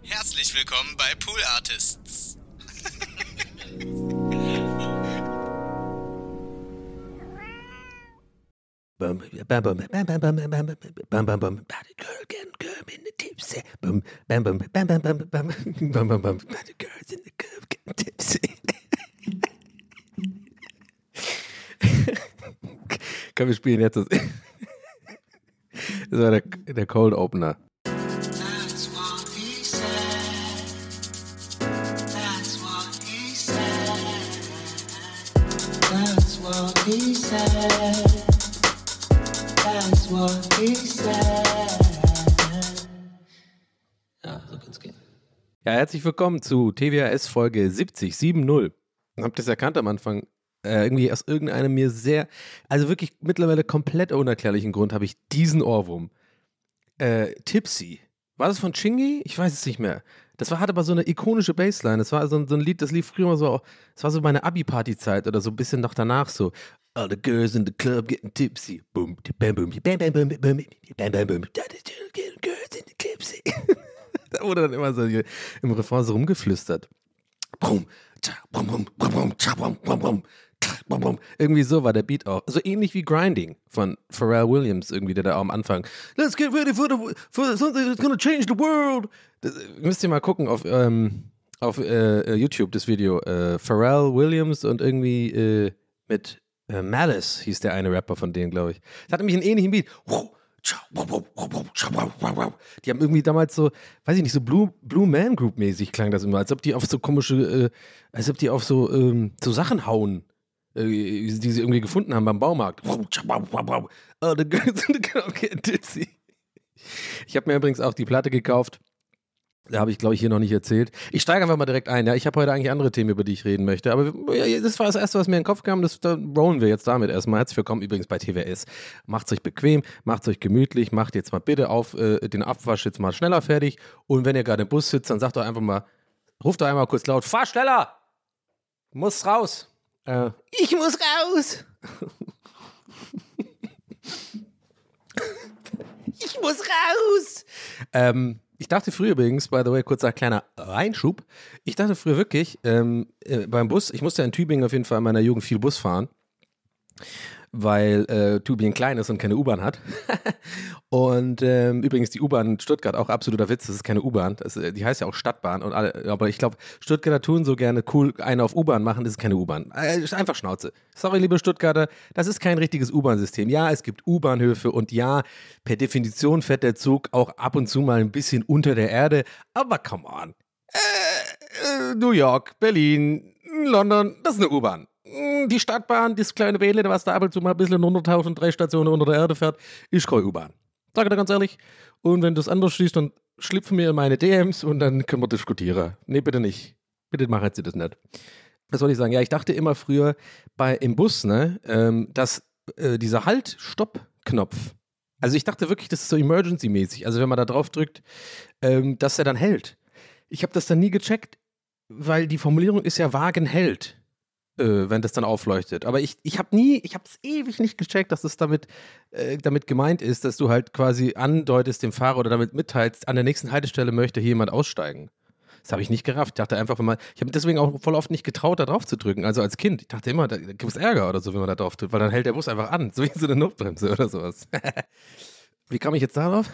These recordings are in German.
Herzlich willkommen bei Pool Artists. Komm, wir spielen jetzt das. Das war der Cold Opener. That's what he said. That's what he said. That's what he said. That's what he said. Ja, so kann's gehen. Ja, herzlich willkommen zu TWAS Folge 70. Habt ihr es erkannt am Anfang? Irgendwie aus irgendeinem mir also wirklich mittlerweile komplett unerklärlichen Grund habe ich diesen Ohrwurm. Tipsy. War das von Chingy? Ich weiß es nicht mehr. Hat aber so eine ikonische Bassline. Das war so ein Lied, das lief früher mal so, das war so meine Abi-Party-Zeit oder so ein bisschen noch danach so. All the girls in the club getting tipsy. Boom, bam, boom, bam, bam, boom, bam, bam, bam, bam, boom. Girls in the tipsy. Da wurde dann immer so hier im Refrain so rumgeflüstert. Brum, tja, brum, brum, brum, brum, tja, brum, brum, brum. Irgendwie so war der Beat auch. So ähnlich wie Grinding von Pharrell Williams, irgendwie, der da auch am Anfang. Let's get ready for something that's gonna change the world. Müsst ihr mal gucken auf YouTube, das Video. Pharrell Williams und irgendwie mit Malice hieß der eine Rapper von denen, glaube ich. Das hat nämlich einen ähnlichen Beat. Die haben irgendwie damals so, weiß ich nicht, so Blue Man Group mäßig klang das immer, als ob die auf so komische, so Sachen hauen. Die sie irgendwie gefunden haben beim Baumarkt. Ich habe mir übrigens auch die Platte gekauft. Da habe ich, glaube ich, hier noch nicht erzählt. Ich steige einfach mal direkt ein. Ja, ich habe heute eigentlich andere Themen, über die ich reden möchte. Aber das war das Erste, was mir in den Kopf kam. Da rollen wir jetzt damit erstmal. Herzlich willkommen übrigens bei TWS. Macht's euch bequem, macht's euch gemütlich, macht jetzt mal bitte den Abwasch jetzt mal schneller fertig. Und wenn ihr gerade im Bus sitzt, dann sagt doch einfach mal, ruft doch einmal kurz laut, fahr schneller! Muss raus! Ich muss raus! Ich muss raus! Ich dachte früher übrigens, by the way, kurzer kleiner Reinschub, ich dachte früher wirklich, beim Bus, ich musste in Tübingen auf jeden Fall in meiner Jugend viel Bus fahren, weil Tübingen klein ist und keine U-Bahn hat. Und übrigens die U-Bahn in Stuttgart, auch absoluter Witz, das ist keine U-Bahn, die heißt ja auch Stadtbahn, aber ich glaube, Stuttgarter tun so gerne cool eine auf U-Bahn machen, das ist keine U-Bahn. Einfach Schnauze. Sorry, liebe Stuttgarter, das ist kein richtiges U-Bahn-System. Ja, es gibt U-Bahnhöfe und ja, per Definition fährt der Zug auch ab und zu mal ein bisschen unter der Erde, aber come on. New York, Berlin, London, das ist eine U-Bahn. Die Stadtbahn, das kleine Bähle, was da ab und zu mal ein bisschen 100.000, 3 Stationen unter der Erde fährt, ist keine U-Bahn. Sag dir ganz ehrlich. Und wenn du das anders siehst, dann schlüpf mir in meine DMs und dann können wir diskutieren. Nee, bitte nicht. Bitte machen Sie das nicht. Was soll ich sagen? Ja, ich dachte immer früher im Bus, ne, dass dieser Halt-Stopp-Knopf, also ich dachte wirklich, das ist so Emergency-mäßig. Also wenn man da drauf drückt, dass er dann hält. Ich habe das dann nie gecheckt, weil die Formulierung ist ja Wagen hält. Wenn das dann aufleuchtet. Aber ich habe es ewig nicht gecheckt, dass das damit gemeint ist, dass du halt quasi andeutest dem Fahrer oder damit mitteilst, an der nächsten Haltestelle möchte hier jemand aussteigen. Das habe ich nicht gerafft. Ich dachte einfach, ich habe deswegen auch voll oft nicht getraut, da drauf zu drücken. Also als Kind. Ich dachte immer, da gibt es Ärger oder so, wenn man da drauf drückt, weil dann hält der Bus einfach an. So wie so eine Notbremse oder sowas. Wie kam ich jetzt darauf?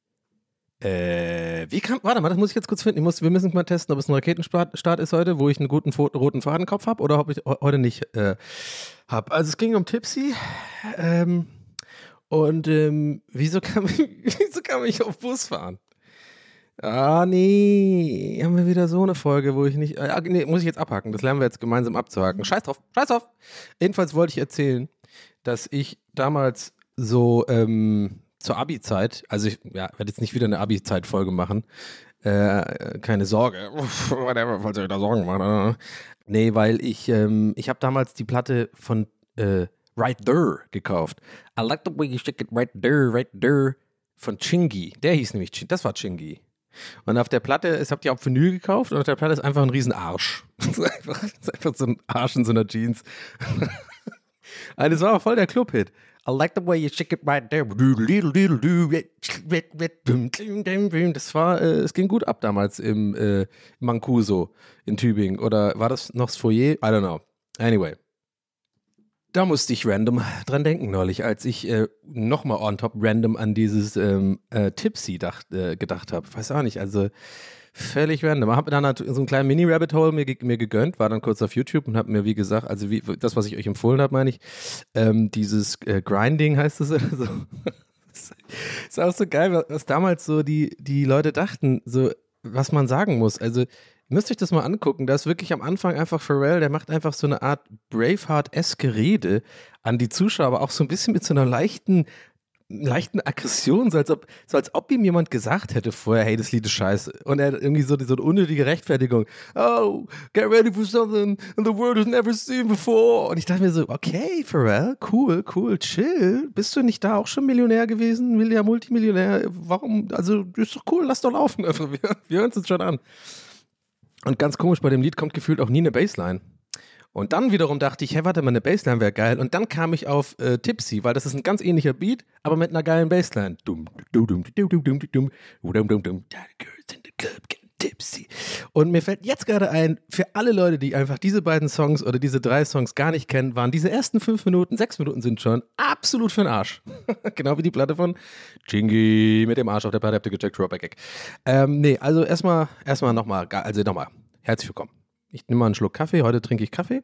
Warte mal, das muss ich jetzt kurz finden. Wir müssen mal testen, ob es ein Raketenstart ist heute, wo ich einen guten roten Fadenkopf habe oder ob ich heute nicht habe. Also es ging um Tipsy und wieso kam ich auf Bus fahren? Ah, nee, haben wir wieder so eine Folge, wo ich nicht, nee, muss ich jetzt abhaken, das lernen wir jetzt gemeinsam abzuhaken. Scheiß drauf. Jedenfalls wollte ich erzählen, dass ich damals so, zur Abi-Zeit, also ich werde jetzt nicht wieder eine Abi-Zeit-Folge machen, keine Sorge, whatever, falls ihr euch da Sorgen macht. Nee, weil ich habe damals die Platte von Right There gekauft. I like the way you stick it right there, von Chingy. Der hieß nämlich, das war Chingy. Und auf der Platte, habt ihr auch Vinyl gekauft und auf der Platte ist einfach ein Riesenarsch. Das ist einfach so ein Arsch in so einer Jeans. Also das war auch voll der Club-Hit. I like the way you shake it right there. Das war, es ging gut ab damals im Mancuso in Tübingen. Oder war das noch das Foyer? I don't know. Anyway. Da musste ich random dran denken neulich, als ich nochmal on top random an dieses Tipsy gedacht habe. Weiß auch nicht, also völlig random. Habe dann so einen kleinen Mini-Rabbit-Hole mir gegönnt, war dann kurz auf YouTube und habe mir, wie gesagt, also das, was ich euch empfohlen habe, meine ich, dieses Grinding heißt es oder so. Ist auch so geil, was damals so die Leute dachten, so was man sagen muss. Also müsst euch das mal angucken. Da ist wirklich am Anfang einfach Pharrell, der macht einfach so eine Art Braveheart-eske Rede an die Zuschauer, aber auch so ein bisschen mit so einer leichten Aggression, so als ob ihm jemand gesagt hätte vorher, hey, das Lied ist scheiße. Und er hat irgendwie so eine unnötige Rechtfertigung. Oh, get ready for something the world has never seen before. Und ich dachte mir so, okay, Pharrell, cool, chill. Bist du nicht da auch schon Millionär gewesen? Multimillionär? Warum? Also, ist doch cool, lass doch laufen. Also, wir hören es uns schon an. Und ganz komisch, bei dem Lied kommt gefühlt auch nie eine Bassline. Und dann wiederum dachte ich, hey, warte mal, eine Bassline wäre geil. Und dann kam ich auf Tipsy, weil das ist ein ganz ähnlicher Beat, aber mit einer geilen Bassline. Tipsy. Und mir fällt jetzt gerade ein, für alle Leute, die einfach diese beiden Songs oder diese 3 Songs gar nicht kennen, waren diese ersten 5 Minuten, 6 Minuten sind schon absolut für den Arsch. Genau wie die Platte von Chingy mit dem Arsch auf der Platte, habt ihr gecheckt, Throwback. Nee, also erstmal nochmal, herzlich willkommen. Ich nehme mal einen Schluck Kaffee, heute trinke ich Kaffee.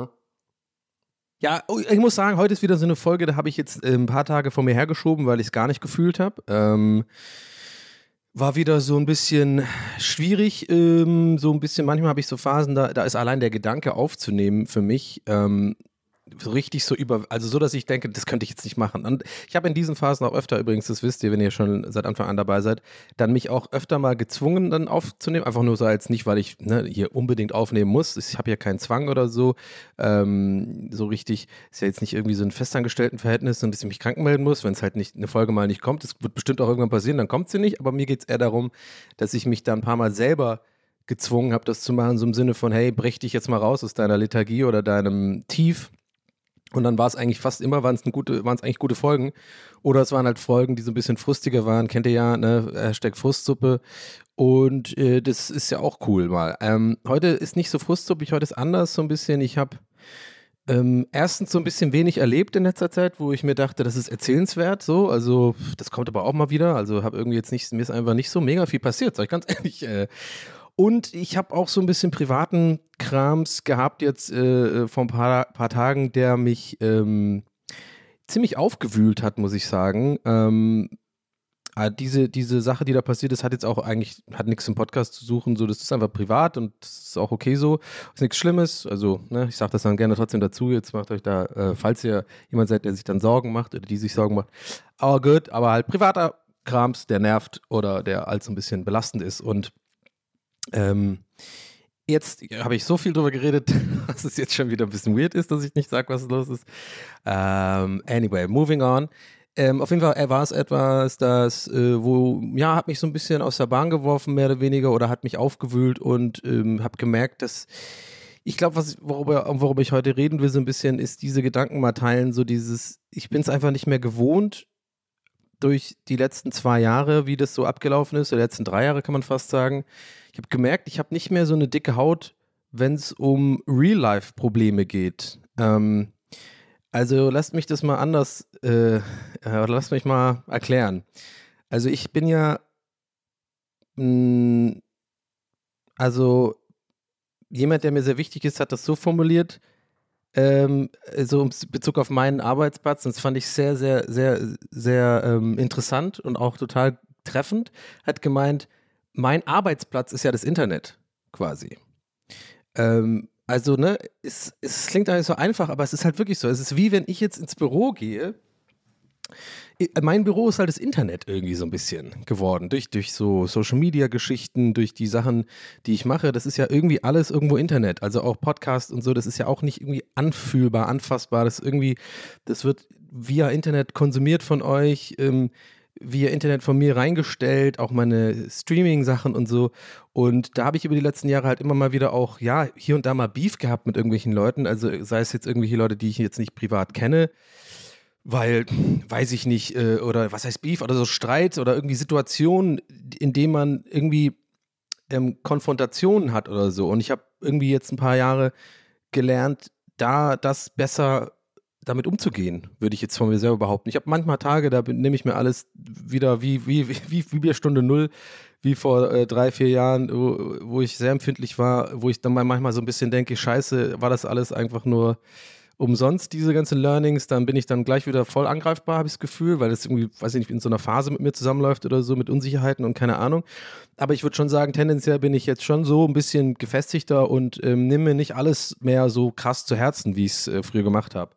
Ja, ich muss sagen, heute ist wieder so eine Folge, da habe ich jetzt ein paar Tage vor mir hergeschoben, weil ich es gar nicht gefühlt habe. War wieder so ein bisschen schwierig, so ein bisschen, manchmal habe ich so Phasen, da ist allein der Gedanke aufzunehmen für mich so richtig so also so, dass ich denke, das könnte ich jetzt nicht machen. Und ich habe in diesen Phasen auch öfter, übrigens, das wisst ihr, wenn ihr schon seit Anfang an dabei seid, dann mich auch öfter mal gezwungen, dann aufzunehmen. Einfach nur so als nicht, weil ich hier unbedingt aufnehmen muss. Ich habe ja keinen Zwang oder so. So richtig, ist ja jetzt nicht irgendwie so ein Festangestelltenverhältnis und dass ich mich krank melden muss, wenn es halt nicht eine Folge mal nicht kommt. Das wird bestimmt auch irgendwann passieren, dann kommt sie nicht. Aber mir geht es eher darum, dass ich mich da ein paar Mal selber gezwungen habe, das zu machen, so im Sinne von, hey, brech dich jetzt mal raus aus deiner Lethargie oder deinem Tief. Und dann war es eigentlich fast immer, waren es eigentlich gute Folgen. Oder es waren halt Folgen, die so ein bisschen frustiger waren. Kennt ihr ja, ne? #Frustsuppe. Und das ist ja auch cool mal. Heute ist nicht so frustsuppig, heute ist anders so ein bisschen. Ich habe erstens so ein bisschen wenig erlebt in letzter Zeit, wo ich mir dachte, das ist erzählenswert so. Also das kommt aber auch mal wieder. Also habe irgendwie jetzt nicht, mir ist einfach nicht so mega viel passiert, sag ich ganz ehrlich. Und ich habe auch so ein bisschen privaten Krams gehabt jetzt vor ein paar Tagen, der mich ziemlich aufgewühlt hat, muss ich sagen. Diese Sache, die da passiert ist, hat jetzt auch eigentlich nichts im Podcast zu suchen. So, das ist einfach privat und das ist auch okay so. Ist nichts Schlimmes. Also, ich sage das dann gerne trotzdem dazu. Jetzt macht euch da, falls ihr jemand seid, der sich dann Sorgen macht oder die sich Sorgen macht, aber gut, aber halt privater Krams, der nervt oder der halt so ein bisschen belastend ist. Und jetzt habe ich so viel drüber geredet, dass es jetzt schon wieder ein bisschen weird ist, dass ich nicht sage, was los ist. Anyway, moving on. Auf jeden Fall war es etwas, das, hat mich so ein bisschen aus der Bahn geworfen, mehr oder weniger, oder hat mich aufgewühlt und habe gemerkt, dass ich glaube, worüber ich heute reden will, so ein bisschen, ist diese Gedanken mal teilen, so dieses, ich bin es einfach nicht mehr gewohnt, durch die letzten 2 Jahre, wie das so abgelaufen ist, oder letzten 3 Jahre kann man fast sagen. Ich habe gemerkt, ich habe nicht mehr so eine dicke Haut, wenn es um Real-Life-Probleme geht. Also lasst mich das mal anders, oder lasst mich mal erklären. Also ich bin ja, also jemand, der mir sehr wichtig ist, hat das so formuliert, so in Bezug auf meinen Arbeitsplatz, und das fand ich sehr, sehr, sehr, sehr interessant und auch total treffend, hat gemeint, mein Arbeitsplatz ist ja das Internet, quasi. Also, es klingt eigentlich so einfach, aber es ist halt wirklich so. Es ist wie, wenn ich jetzt ins Büro gehe. Mein Büro ist halt das Internet irgendwie so ein bisschen geworden. Durch so Social-Media-Geschichten, durch die Sachen, die ich mache. Das ist ja irgendwie alles irgendwo Internet. Also auch Podcast und so, das ist ja auch nicht irgendwie anfühlbar, anfassbar. Das wird via Internet konsumiert von euch, via Internet von mir reingestellt, auch meine Streaming-Sachen und so. Und da habe ich über die letzten Jahre halt immer mal wieder auch, ja, hier und da mal Beef gehabt mit irgendwelchen Leuten. Also sei es jetzt irgendwelche Leute, die ich jetzt nicht privat kenne, weil, weiß ich nicht, oder was heißt Beef oder so Streit oder irgendwie Situationen, in denen man irgendwie Konfrontationen hat oder so. Und ich habe irgendwie jetzt ein paar Jahre gelernt, da das besser damit umzugehen, würde ich jetzt von mir selber behaupten. Ich habe manchmal Tage, da nehme ich mir alles wieder wie Stunde Null, wie vor 3, 4 Jahren, wo ich sehr empfindlich war, wo ich dann mal manchmal so ein bisschen denke, scheiße, war das alles einfach nur umsonst, diese ganzen Learnings, dann bin ich dann gleich wieder voll angreifbar, habe ich das Gefühl, weil das irgendwie, weiß ich nicht, in so einer Phase mit mir zusammenläuft oder so, mit Unsicherheiten und keine Ahnung. Aber ich würde schon sagen, tendenziell bin ich jetzt schon so ein bisschen gefestigter und nehme mir nicht alles mehr so krass zu Herzen, wie ich es früher gemacht habe.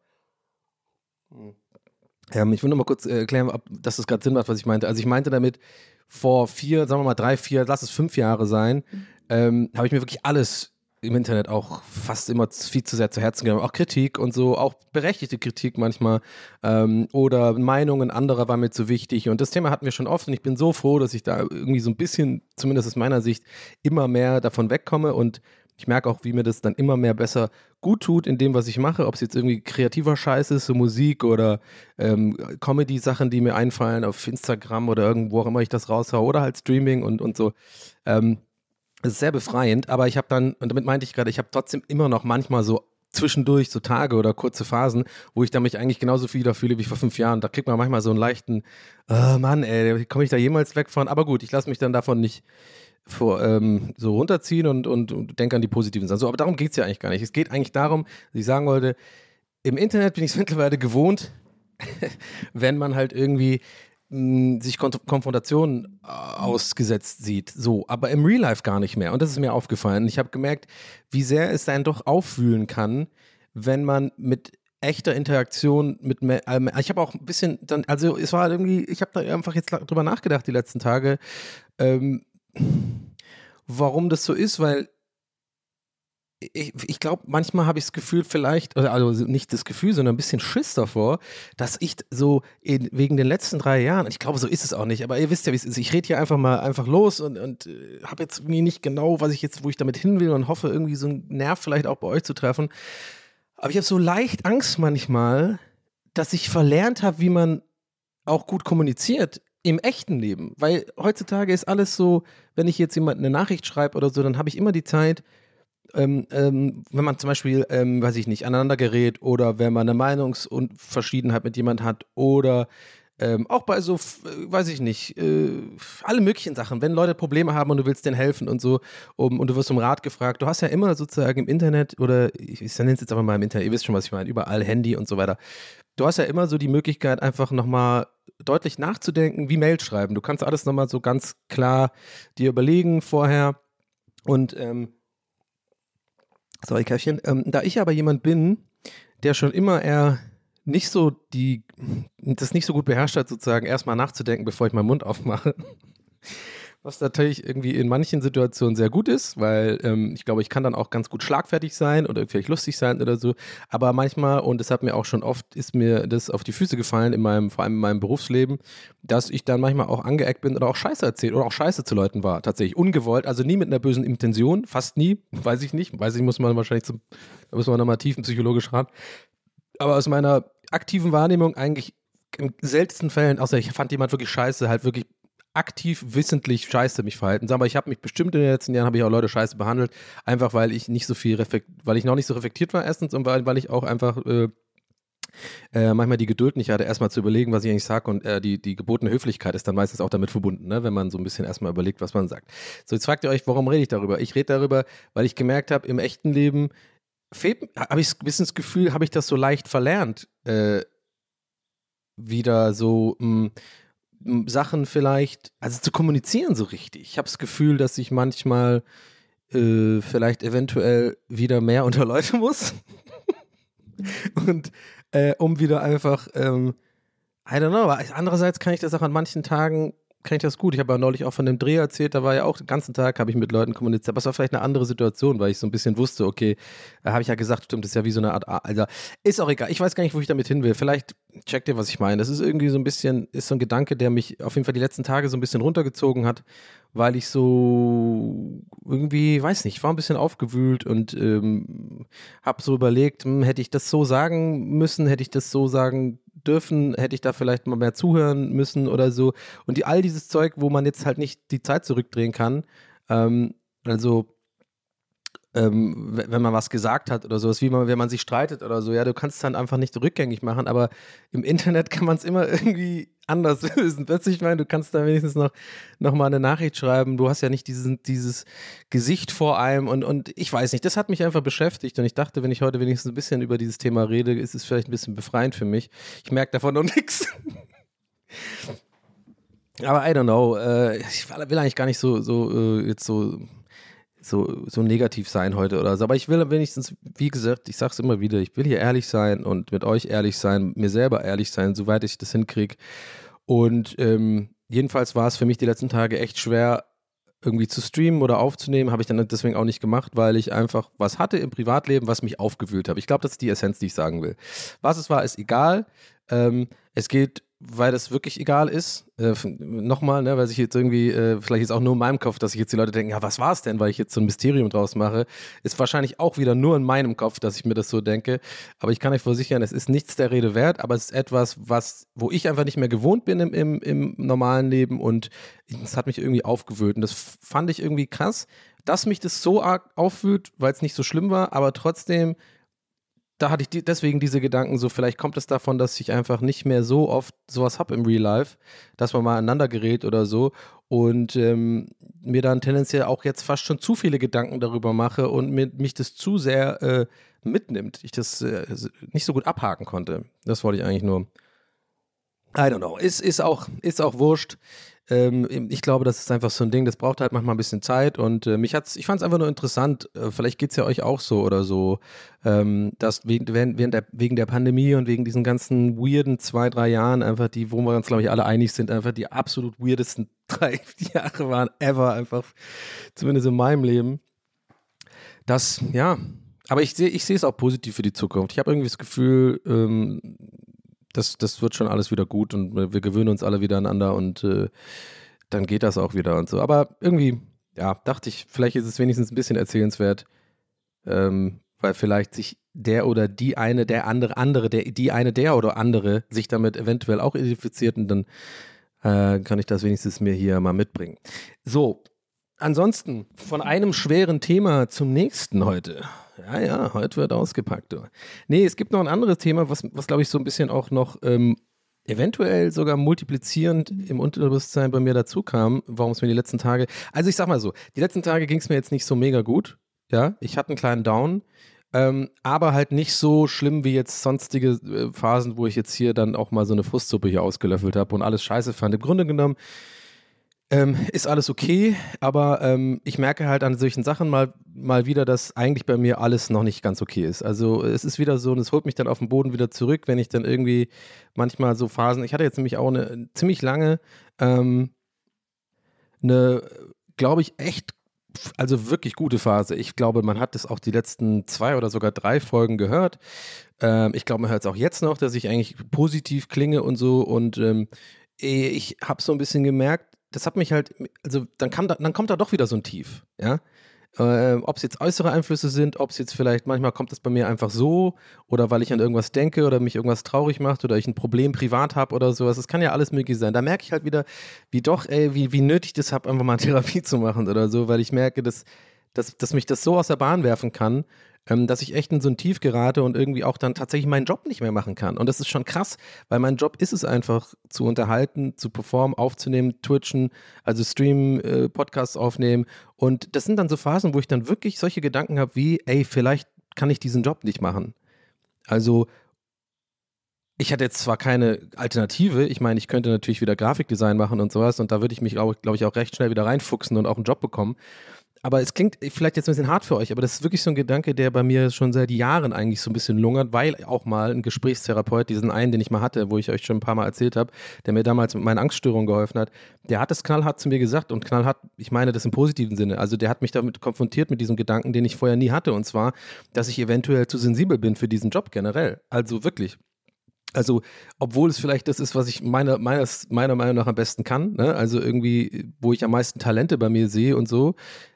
Ich will noch mal kurz erklären, dass das gerade Sinn macht, was ich meinte. Also ich meinte damit, vor 4, sagen wir mal 3, 4, lass es 5 Jahre sein, habe ich mir wirklich alles im Internet auch fast immer viel zu sehr zu Herzen genommen. Auch Kritik und so, auch berechtigte Kritik manchmal. Oder Meinungen anderer war mir zu wichtig. Und das Thema hatten wir schon oft und ich bin so froh, dass ich da irgendwie so ein bisschen, zumindest aus meiner Sicht, immer mehr davon wegkomme und ich merke auch, wie mir das dann immer mehr besser gut tut in dem, was ich mache, ob es jetzt irgendwie kreativer Scheiß ist, so Musik oder Comedy-Sachen, die mir einfallen auf Instagram oder irgendwo auch immer ich das raushaue oder halt Streaming und so. Es ist sehr befreiend, aber ich habe dann, und damit meinte ich gerade, ich habe trotzdem immer noch manchmal so zwischendurch so Tage oder kurze Phasen, wo ich da mich eigentlich genauso viel wieder fühle wie vor 5 Jahren. Da kriegt man manchmal so einen leichten, Mann, ey, komme ich da jemals weg von? Aber gut, ich lasse mich dann davon nicht so runterziehen und denke an die positiven Sachen. So, aber darum geht es ja eigentlich gar nicht. Es geht eigentlich darum, dass ich sagen wollte, im Internet bin ich es mittlerweile gewohnt, wenn man halt irgendwie sich Konfrontationen ausgesetzt sieht. So, aber im Real Life gar nicht mehr. Und das ist mir aufgefallen. Ich habe gemerkt, wie sehr es einen doch aufwühlen kann, wenn man mit echter Interaktion ich habe auch ein bisschen dann, also es war halt irgendwie, ich habe da einfach jetzt drüber nachgedacht die letzten Tage, warum das so ist, weil ich glaube, manchmal habe ich das Gefühl vielleicht, also nicht das Gefühl, sondern ein bisschen Schiss davor, dass ich so wegen den letzten 3 Jahren, ich glaube, so ist es auch nicht, aber ihr wisst ja, wie es ist, ich rede hier einfach los und habe jetzt irgendwie nicht genau, wo ich damit hin will und hoffe, irgendwie so einen Nerv vielleicht auch bei euch zu treffen. Aber ich habe so leicht Angst manchmal, dass ich verlernt habe, wie man auch gut kommuniziert im echten Leben. Weil heutzutage ist alles so, wenn ich jetzt jemandem eine Nachricht schreibe oder so, dann habe ich immer die Zeit, wenn man zum Beispiel, weiß ich nicht, aneinander gerät oder wenn man eine Meinungsverschiedenheit mit jemand hat oder auch bei so, weiß ich nicht, alle möglichen Sachen, wenn Leute Probleme haben und du willst denen helfen und so und du wirst um Rat gefragt, du hast ja immer sozusagen im Internet oder ich nenne es jetzt einfach mal im Internet, ihr wisst schon, was ich meine, überall Handy und so weiter, du hast ja immer so die Möglichkeit, einfach nochmal deutlich nachzudenken, wie Mail schreiben. Du kannst alles nochmal so ganz klar dir überlegen vorher und sorry, Käffchen. Da ich aber jemand bin, der schon immer eher nicht so das nicht so gut beherrscht hat, sozusagen erstmal nachzudenken, bevor ich meinen Mund aufmache. Was natürlich irgendwie in manchen Situationen sehr gut ist, weil ich glaube, ich kann dann auch ganz gut schlagfertig sein oder vielleicht lustig sein oder so. Aber manchmal, und das hat mir auch schon oft, ist mir das auf die Füße gefallen, vor allem in meinem Berufsleben, dass ich dann manchmal auch angeeckt bin oder auch Scheiße erzählt oder auch Scheiße zu Leuten war, tatsächlich ungewollt, also nie mit einer bösen Intention, fast nie, weiß ich nicht, muss man wahrscheinlich, da muss man nochmal tiefenpsychologisch ran. Aber aus meiner aktiven Wahrnehmung eigentlich in seltensten Fällen, außer ich fand jemand wirklich scheiße, halt wirklich aktiv wissentlich scheiße mich verhalten. Aber ich habe mich bestimmt in den letzten Jahren, habe ich auch Leute scheiße behandelt, einfach weil ich nicht so viel weil ich noch nicht so reflektiert war erstens und weil ich auch einfach manchmal die Geduld nicht hatte, erstmal zu überlegen, was ich eigentlich sage und die gebotene Höflichkeit ist dann meistens auch damit verbunden, ne? Wenn man so ein bisschen erstmal überlegt, was man sagt. So, jetzt fragt ihr euch, warum rede ich darüber? Ich rede darüber, weil ich gemerkt habe, im echten Leben habe ich ein bisschen das Gefühl, habe ich das so leicht verlernt, wieder so Sachen vielleicht, also zu kommunizieren so richtig. Ich habe das Gefühl, dass ich manchmal vielleicht eventuell wieder mehr unter Leute muss und um wieder einfach, I don't know, aber andererseits kann ich das auch an manchen Tagen, kann ich das gut. Ich habe ja neulich auch von dem Dreh erzählt, da war ja auch den ganzen Tag, habe ich mit Leuten kommuniziert, aber es war vielleicht eine andere Situation, weil ich so ein bisschen wusste, okay, da habe ich ja gesagt, stimmt, das ist ja wie so eine Art, also ist auch egal, ich weiß gar nicht, wo ich damit hin will, vielleicht checkt ihr, was ich meine. Das ist irgendwie so ein bisschen, ist so ein Gedanke, der mich auf jeden Fall die letzten Tage so ein bisschen runtergezogen hat, weil ich so irgendwie, weiß nicht, war ein bisschen aufgewühlt und habe so überlegt, hätte ich das so sagen müssen, hätte ich das so sagen dürfen, hätte ich da vielleicht mal mehr zuhören müssen oder so. Und all dieses Zeug, wo man jetzt halt nicht die Zeit zurückdrehen kann, also wenn man was gesagt hat oder sowas, wie wenn man sich streitet oder so, ja, du kannst es dann einfach nicht rückgängig machen, aber im Internet kann man es immer irgendwie anders lösen. Plötzlich, ich meine, du kannst da wenigstens noch mal eine Nachricht schreiben, du hast ja nicht dieses Gesicht vor einem und ich weiß nicht, das hat mich einfach beschäftigt und ich dachte, wenn ich heute wenigstens ein bisschen über dieses Thema rede, ist es vielleicht ein bisschen befreiend für mich. Ich merke davon noch nichts. Aber I don't know, ich will eigentlich gar nicht so negativ sein heute oder so. Aber ich will wenigstens, wie gesagt, ich sag's immer wieder, ich will hier ehrlich sein und mit euch ehrlich sein, mir selber ehrlich sein, soweit ich das hinkriege. Und jedenfalls war es für mich die letzten Tage echt schwer, irgendwie zu streamen oder aufzunehmen. Habe ich dann deswegen auch nicht gemacht, weil ich einfach was hatte im Privatleben, was mich aufgewühlt hat. Ich glaube, das ist die Essenz, die ich sagen will. Was es war, ist egal. Es geht, weil das wirklich egal ist, nochmal, ne, weil sich jetzt irgendwie, vielleicht ist auch nur in meinem Kopf, dass sich jetzt die Leute denken, ja, was war es denn, weil ich jetzt so ein Mysterium draus mache, ist wahrscheinlich auch wieder nur in meinem Kopf, dass ich mir das so denke, aber ich kann euch versichern, es ist nichts der Rede wert, aber es ist etwas, wo ich einfach nicht mehr gewohnt bin im normalen Leben und es hat mich irgendwie aufgewühlt und das fand ich irgendwie krass, dass mich das so arg aufwühlt, weil es nicht so schlimm war, aber trotzdem da hatte ich deswegen diese Gedanken so, vielleicht kommt es davon, dass ich einfach nicht mehr so oft sowas habe im Real Life, dass man mal aneinander gerät oder so und mir dann tendenziell auch jetzt fast schon zu viele Gedanken darüber mache und mich das zu sehr mitnimmt. Ich das nicht so gut abhaken konnte. Das wollte ich eigentlich nur. I don't know. Ist auch wurscht. Ich glaube, das ist einfach so ein Ding, das braucht halt manchmal ein bisschen Zeit und ich fand es einfach nur interessant, vielleicht geht es ja euch auch so oder so, dass wegen der Pandemie und wegen diesen ganzen weirden 2-3 Jahren einfach wo wir uns, glaube ich, alle einig sind, einfach die absolut weirdesten 3 Jahre waren ever, einfach zumindest in meinem Leben. Das, ja, aber ich sehe es auch positiv für die Zukunft. Ich habe irgendwie das Gefühl, das wird schon alles wieder gut und wir gewöhnen uns alle wieder aneinander und dann geht das auch wieder und so. Aber irgendwie, ja, dachte ich, vielleicht ist es wenigstens ein bisschen erzählenswert, weil vielleicht sich der oder die eine, der andere, die eine, der oder andere sich damit eventuell auch identifiziert und dann kann ich das wenigstens mir hier mal mitbringen. So, ansonsten von einem schweren Thema zum nächsten heute. Ja, heute wird ausgepackt. Du. Nee, es gibt noch ein anderes Thema, was glaube ich so ein bisschen auch noch eventuell sogar multiplizierend im Unterbewusstsein bei mir dazu kam, warum es mir die letzten Tage, also ich sag mal so, die letzten Tage ging es mir jetzt nicht so mega gut, ja, ich hatte einen kleinen Down, aber halt nicht so schlimm wie jetzt sonstige Phasen, wo ich jetzt hier dann auch mal so eine Frustsuppe hier ausgelöffelt habe und alles scheiße fand. Im Grunde genommen ist alles okay, aber ich merke halt an solchen Sachen mal wieder, dass eigentlich bei mir alles noch nicht ganz okay ist. Also es ist wieder so und es holt mich dann auf den Boden wieder zurück, wenn ich dann irgendwie manchmal so Phasen, ich hatte jetzt nämlich auch eine ziemlich lange, glaube ich, echt, also wirklich gute Phase. Ich glaube, man hat das auch die letzten 2 oder sogar 3 Folgen gehört. Ich glaube, man hört es auch jetzt noch, dass ich eigentlich positiv klinge und so und ich habe so ein bisschen gemerkt, das hat mich halt, also dann kommt da doch wieder so ein Tief, ja. Ob es jetzt äußere Einflüsse sind, ob es jetzt vielleicht, manchmal kommt das bei mir einfach so oder weil ich an irgendwas denke oder mich irgendwas traurig macht oder ich ein Problem privat habe oder sowas, das kann ja alles möglich sein. Da merke ich halt wieder, wie nötig das habe, einfach mal Therapie zu machen oder so, weil ich merke, dass mich das so aus der Bahn werfen kann, dass ich echt in so ein Tief gerate und irgendwie auch dann tatsächlich meinen Job nicht mehr machen kann. Und das ist schon krass, weil mein Job ist es einfach, zu unterhalten, zu performen, aufzunehmen, twitchen, also streamen, Podcasts aufnehmen. Und das sind dann so Phasen, wo ich dann wirklich solche Gedanken habe wie, ey, vielleicht kann ich diesen Job nicht machen. Also ich hatte jetzt zwar keine Alternative, ich meine, ich könnte natürlich wieder Grafikdesign machen und sowas und da würde ich mich, glaube ich, auch recht schnell wieder reinfuchsen und auch einen Job bekommen. Aber es klingt vielleicht jetzt ein bisschen hart für euch, aber das ist wirklich so ein Gedanke, der bei mir schon seit Jahren eigentlich so ein bisschen lungert, weil auch mal ein Gesprächstherapeut, diesen einen, den ich mal hatte, wo ich euch schon ein paar Mal erzählt habe, der mir damals mit meinen Angststörungen geholfen hat, der hat es knallhart zu mir gesagt und knallhart, ich meine das im positiven Sinne, also der hat mich damit konfrontiert mit diesem Gedanken, den ich vorher nie hatte und zwar, dass ich eventuell zu sensibel bin für diesen Job generell, also wirklich. Also, obwohl es vielleicht das ist, was ich meiner Meinung nach am besten kann, ne? Also irgendwie, wo ich am meisten Talente bei mir sehe und so,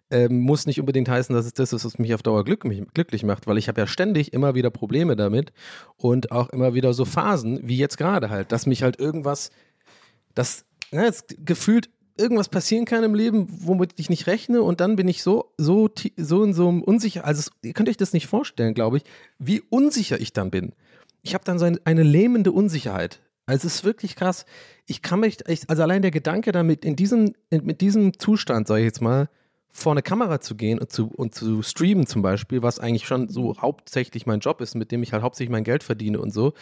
muss nicht unbedingt heißen, dass es das ist, was mich auf Dauer glücklich macht, weil ich habe ja ständig immer wieder Probleme damit und auch immer wieder so Phasen, wie jetzt gerade halt, dass mich halt irgendwas, jetzt gefühlt irgendwas passieren kann im Leben, womit ich nicht rechne und dann bin ich so in so einem unsicher, also ihr könnt euch das nicht vorstellen, glaube ich, wie unsicher ich dann bin. Ich habe dann so eine lähmende Unsicherheit. Also es ist wirklich krass. Also allein der Gedanke damit, mit diesem Zustand, sage ich jetzt mal, vor eine Kamera zu gehen und zu streamen zum Beispiel, was eigentlich schon so hauptsächlich mein Job ist, mit dem ich halt hauptsächlich mein Geld verdiene und so,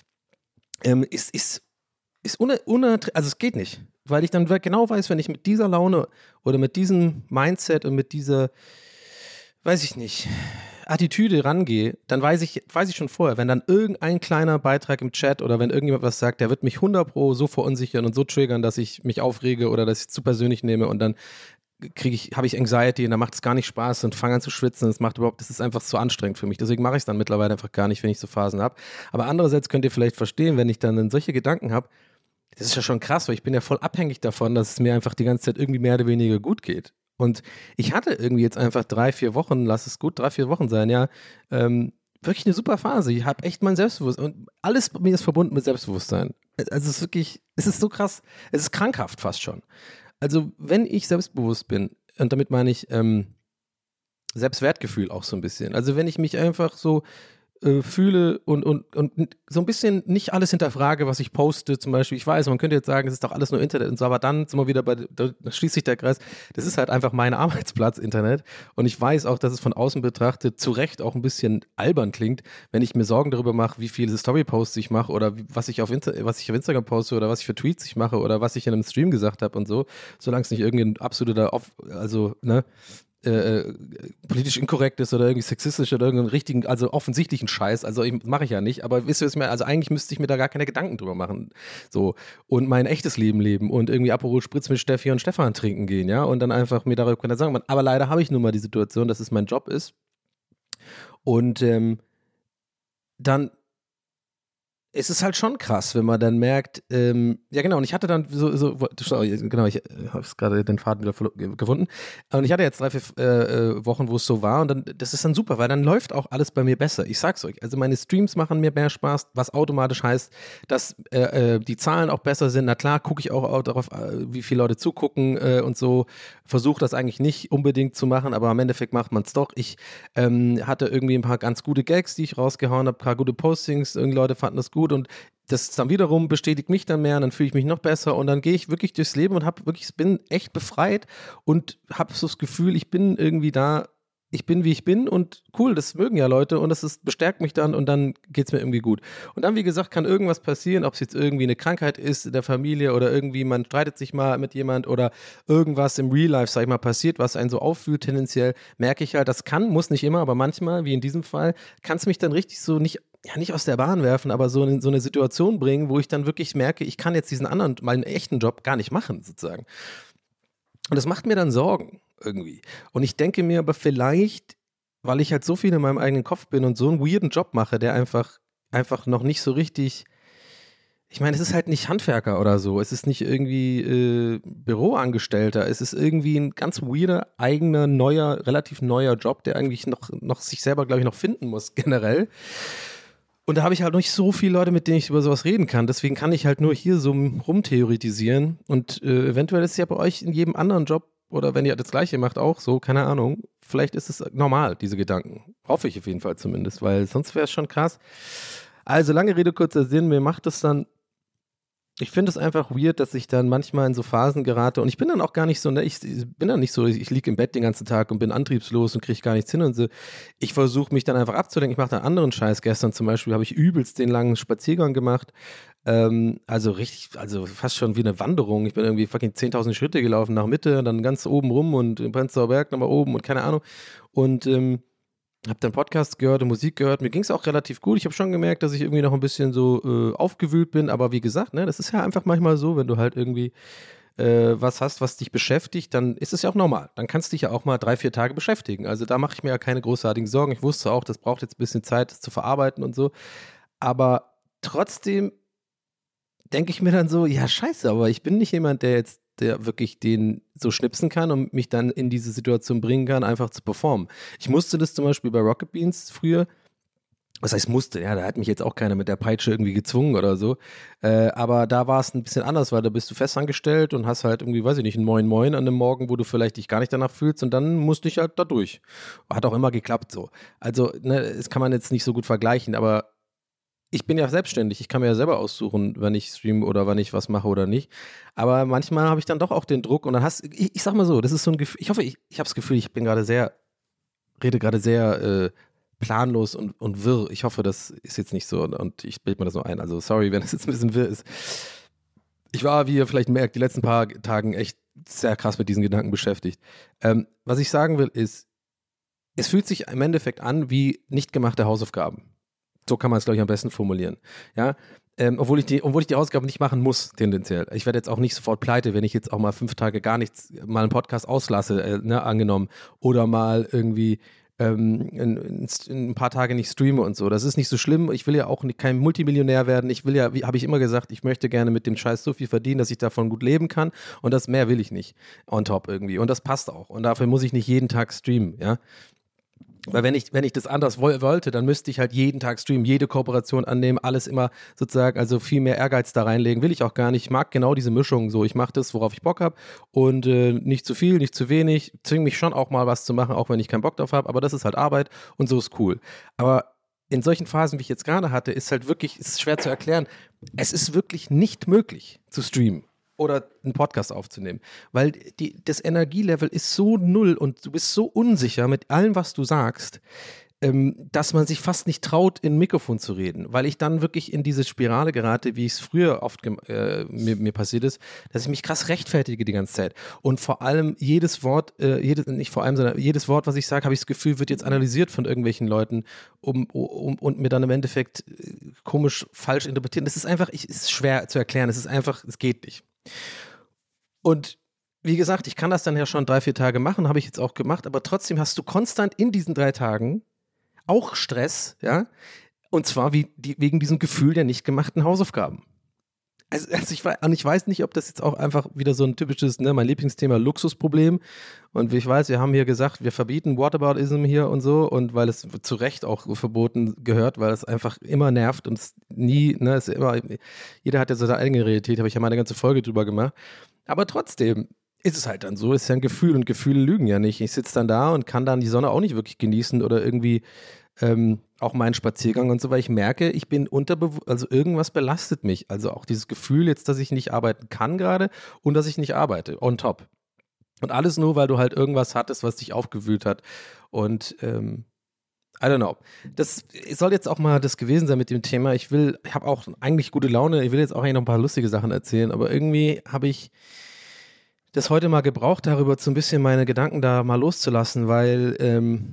ist also es geht nicht, weil ich dann genau weiß, wenn ich mit dieser Laune oder mit diesem Mindset und mit dieser, weiß ich nicht, Attitüde rangehe, dann weiß ich schon vorher, wenn dann irgendein kleiner Beitrag im Chat oder wenn irgendjemand was sagt, der wird mich 100% so verunsichern und so triggern, dass ich mich aufrege oder dass ich es zu persönlich nehme und dann habe ich Anxiety und dann macht es gar nicht Spaß und fange an zu schwitzen. Das ist einfach zu anstrengend für mich. Deswegen mache ich es dann mittlerweile einfach gar nicht, wenn ich so Phasen habe. Aber andererseits könnt ihr vielleicht verstehen, wenn ich dann solche Gedanken habe, das ist ja schon krass, weil ich bin ja voll abhängig davon, dass es mir einfach die ganze Zeit irgendwie mehr oder weniger gut geht. Und ich hatte irgendwie jetzt einfach 3-4 Wochen, lass es gut 3-4 Wochen sein, ja, wirklich eine super Phase. Ich habe echt mein Selbstbewusstsein und alles bei mir ist verbunden mit Selbstbewusstsein. Also es ist so krass, es ist krankhaft fast schon. Also wenn ich selbstbewusst bin, und damit meine ich Selbstwertgefühl auch so ein bisschen, also wenn ich mich einfach so fühle und so ein bisschen nicht alles hinterfrage, was ich poste zum Beispiel. Ich weiß, man könnte jetzt sagen, es ist doch alles nur Internet und so, aber dann sind wir wieder da schließt sich der Kreis. Das ist halt einfach mein Arbeitsplatz, Internet. Und ich weiß auch, dass es von außen betrachtet zu Recht auch ein bisschen albern klingt, wenn ich mir Sorgen darüber mache, wie viele Story-Posts ich mache oder was ich auf Instagram poste oder was ich für Tweets ich mache oder was ich in einem Stream gesagt habe und so. Solange es nicht irgendein absoluter, politisch inkorrekt ist oder irgendwie sexistisch oder irgendeinen richtigen, also offensichtlichen Scheiß, also mache ich ja nicht, aber wisst ihr es mir, also eigentlich müsste ich mir da gar keine Gedanken drüber machen, so, und mein echtes Leben leben und irgendwie Aperol Spritz mit Steffi und Stefan trinken gehen, ja, und dann einfach mir darüber keine sagen, aber leider habe ich nun mal die Situation, dass es mein Job ist und dann es ist halt schon krass, wenn man dann merkt, ja genau, und ich hatte dann genau, ich habe gerade den Faden wieder gefunden, und ich hatte jetzt 3-4 Wochen, wo es so war, und dann, das ist dann super, weil dann läuft auch alles bei mir besser, ich sag's euch, also meine Streams machen mir mehr Spaß, was automatisch heißt, dass die Zahlen auch besser sind, na klar, gucke ich auch darauf, wie viele Leute zugucken und so, versuche das eigentlich nicht unbedingt zu machen, aber im Endeffekt macht man es doch. Ich hatte irgendwie ein paar ganz gute Gags, die ich rausgehauen habe, ein paar gute Postings, irgendwie Leute fanden das gut und das dann wiederum bestätigt mich dann mehr und dann fühle ich mich noch besser und dann gehe ich wirklich durchs Leben und bin echt befreit und habe so das Gefühl, ich bin irgendwie da, ich bin, wie ich bin und cool, das mögen ja Leute und bestärkt mich dann und dann geht es mir irgendwie gut. Und dann, wie gesagt, kann irgendwas passieren, ob es jetzt irgendwie eine Krankheit ist in der Familie oder irgendwie man streitet sich mal mit jemand oder irgendwas im Real Life, sag ich mal, passiert, was einen so auffühlt tendenziell, merke ich halt, das muss nicht immer, aber manchmal, wie in diesem Fall, kann es mich dann richtig so nicht aus der Bahn werfen, aber so in so eine Situation bringen, wo ich dann wirklich merke, ich kann jetzt meinen echten Job gar nicht machen, sozusagen. Und das macht mir dann Sorgen irgendwie. Und ich denke mir aber vielleicht, weil ich halt so viel in meinem eigenen Kopf bin und so einen weirden Job mache, der einfach noch nicht so richtig, ich meine, es ist halt nicht Handwerker oder so, es ist nicht irgendwie Büroangestellter, es ist irgendwie ein ganz weirder, eigener, relativ neuer Job, der eigentlich noch sich selber, glaube ich, noch finden muss, generell. Und da habe ich halt nicht so viele Leute, mit denen ich über sowas reden kann. Deswegen kann ich halt nur hier so rumtheoretisieren. Und eventuell ist es ja bei euch in jedem anderen Job oder wenn ihr das Gleiche macht auch so, keine Ahnung. Vielleicht ist es normal, diese Gedanken. Hoffe ich auf jeden Fall zumindest, weil sonst wäre es schon krass. Also lange Rede, kurzer Sinn. Mir macht es dann, ich finde es einfach weird, dass ich dann manchmal in so Phasen gerate und ich bin dann auch gar nicht so, ne, ich bin dann nicht so, ich liege im Bett den ganzen Tag und bin antriebslos und kriege gar nichts hin und so. Ich versuche mich dann einfach abzulenken, ich mache dann anderen Scheiß. Gestern zum Beispiel habe ich übelst den langen Spaziergang gemacht, also fast schon wie eine Wanderung. Ich bin irgendwie fucking 10.000 Schritte gelaufen nach Mitte, dann ganz oben rum und im Prenzlauer Berg nochmal oben und keine Ahnung und habe dann Podcasts gehört und Musik gehört. Mir ging es auch relativ gut. Ich habe schon gemerkt, dass ich irgendwie noch ein bisschen so aufgewühlt bin. Aber wie gesagt, ne, das ist ja einfach manchmal so, wenn du halt irgendwie was hast, was dich beschäftigt, dann ist es ja auch normal. Dann kannst du dich ja auch mal 3-4 Tage beschäftigen. Also da mache ich mir ja keine großartigen Sorgen. Ich wusste auch, das braucht jetzt ein bisschen Zeit, das zu verarbeiten und so. Aber trotzdem denke ich mir dann so, ja scheiße, aber ich bin nicht jemand, der jetzt der wirklich den so schnipsen kann und mich dann in diese Situation bringen kann, einfach zu performen. Ich musste das zum Beispiel bei Rocket Beans früher. Was heißt musste? Ja, da hat mich jetzt auch keiner mit der Peitsche irgendwie gezwungen oder so. Aber da war es ein bisschen anders, weil da bist du festangestellt und hast halt irgendwie, weiß ich nicht, ein Moin Moin an einem Morgen, wo du vielleicht dich gar nicht danach fühlst und dann musste ich halt da durch. Hat auch immer geklappt so. Also, ne, das kann man jetzt nicht so gut vergleichen, aber ich bin ja selbstständig. Ich kann mir ja selber aussuchen, wenn ich streame oder wann ich was mache oder nicht. Aber manchmal habe ich dann doch auch den Druck und dann ich sag mal so, das ist so ein Gefühl, ich hoffe, ich habe das Gefühl, ich bin gerade rede gerade sehr planlos und wirr. Ich hoffe, das ist jetzt nicht so und ich bilde mir das nur ein. Also sorry, wenn es jetzt ein bisschen wirr ist. Ich war, wie ihr vielleicht merkt, die letzten paar Tagen echt sehr krass mit diesen Gedanken beschäftigt. Was ich sagen will ist, es fühlt sich im Endeffekt an wie nicht gemachte Hausaufgaben. So kann man es, glaube ich, am besten formulieren. Ja, obwohl ich die Hausaufgaben nicht machen muss, tendenziell. Ich werde jetzt auch nicht sofort pleite, wenn ich jetzt auch mal 5 Tage gar nichts, mal einen Podcast auslasse, angenommen, oder mal irgendwie in ein paar Tage nicht streame und so. Das ist nicht so schlimm. Ich will ja auch kein Multimillionär werden. Ich will ja, wie habe ich immer gesagt, ich möchte gerne mit dem Scheiß so viel verdienen, dass ich davon gut leben kann. Und das mehr will ich nicht on top irgendwie. Und das passt auch. Und dafür muss ich nicht jeden Tag streamen, ja. Weil wenn ich das anders wollte, dann müsste ich halt jeden Tag streamen, jede Kooperation annehmen, alles immer sozusagen, also viel mehr Ehrgeiz da reinlegen, will ich auch gar nicht. Ich mag genau diese Mischung so. Ich mache das, worauf ich Bock habe und nicht zu viel, nicht zu wenig. Zwinge mich schon auch mal was zu machen, auch wenn ich keinen Bock drauf habe, aber das ist halt Arbeit und so ist cool. Aber in solchen Phasen, wie ich jetzt gerade hatte, ist halt wirklich, ist schwer zu erklären. Es ist wirklich nicht möglich zu streamen oder einen Podcast aufzunehmen, weil das Energielevel ist so null und du bist so unsicher mit allem, was du sagst, dass man sich fast nicht traut, in ein Mikrofon zu reden, weil ich dann wirklich in diese Spirale gerate, wie es früher oft mir passiert ist, dass ich mich krass rechtfertige die ganze Zeit und vor allem jedes Wort, nicht vor allem, sondern jedes Wort, was ich sage, habe ich das Gefühl, wird jetzt analysiert von irgendwelchen Leuten und mir dann im Endeffekt komisch falsch interpretieren. Das ist einfach, ist schwer zu erklären, es geht nicht. Und wie gesagt, ich kann das dann ja schon 3-4 Tage machen, habe ich jetzt auch gemacht, aber trotzdem hast du konstant in diesen 3 Tagen auch Stress, ja, und zwar wegen diesem Gefühl der nicht gemachten Hausaufgaben. Also ich weiß nicht, ob das jetzt auch einfach wieder so ein typisches, ne, mein Lieblingsthema Luxusproblem. Und wie ich weiß, wir haben hier gesagt, wir verbieten Whataboutism hier und so, und weil es zu Recht auch verboten gehört, weil es einfach immer nervt und es nie, ne, es immer, jeder hat ja so seine eigene Realität, habe ich ja mal eine ganze Folge drüber gemacht. Aber trotzdem ist es halt dann so, ist ja ein Gefühl und Gefühle lügen ja nicht. Ich sitze dann da und kann dann die Sonne auch nicht wirklich genießen oder irgendwie auch meinen Spaziergang und so, weil ich merke, ich bin also irgendwas belastet mich. Also auch dieses Gefühl jetzt, dass ich nicht arbeiten kann gerade und dass ich nicht arbeite, on top. Und alles nur, weil du halt irgendwas hattest, was dich aufgewühlt hat. Und I don't know. Das soll jetzt auch mal das gewesen sein mit dem Thema. Ich habe auch eigentlich gute Laune. Ich will jetzt auch eigentlich noch ein paar lustige Sachen erzählen, aber irgendwie habe ich das heute mal gebraucht, darüber so ein bisschen meine Gedanken da mal loszulassen, weil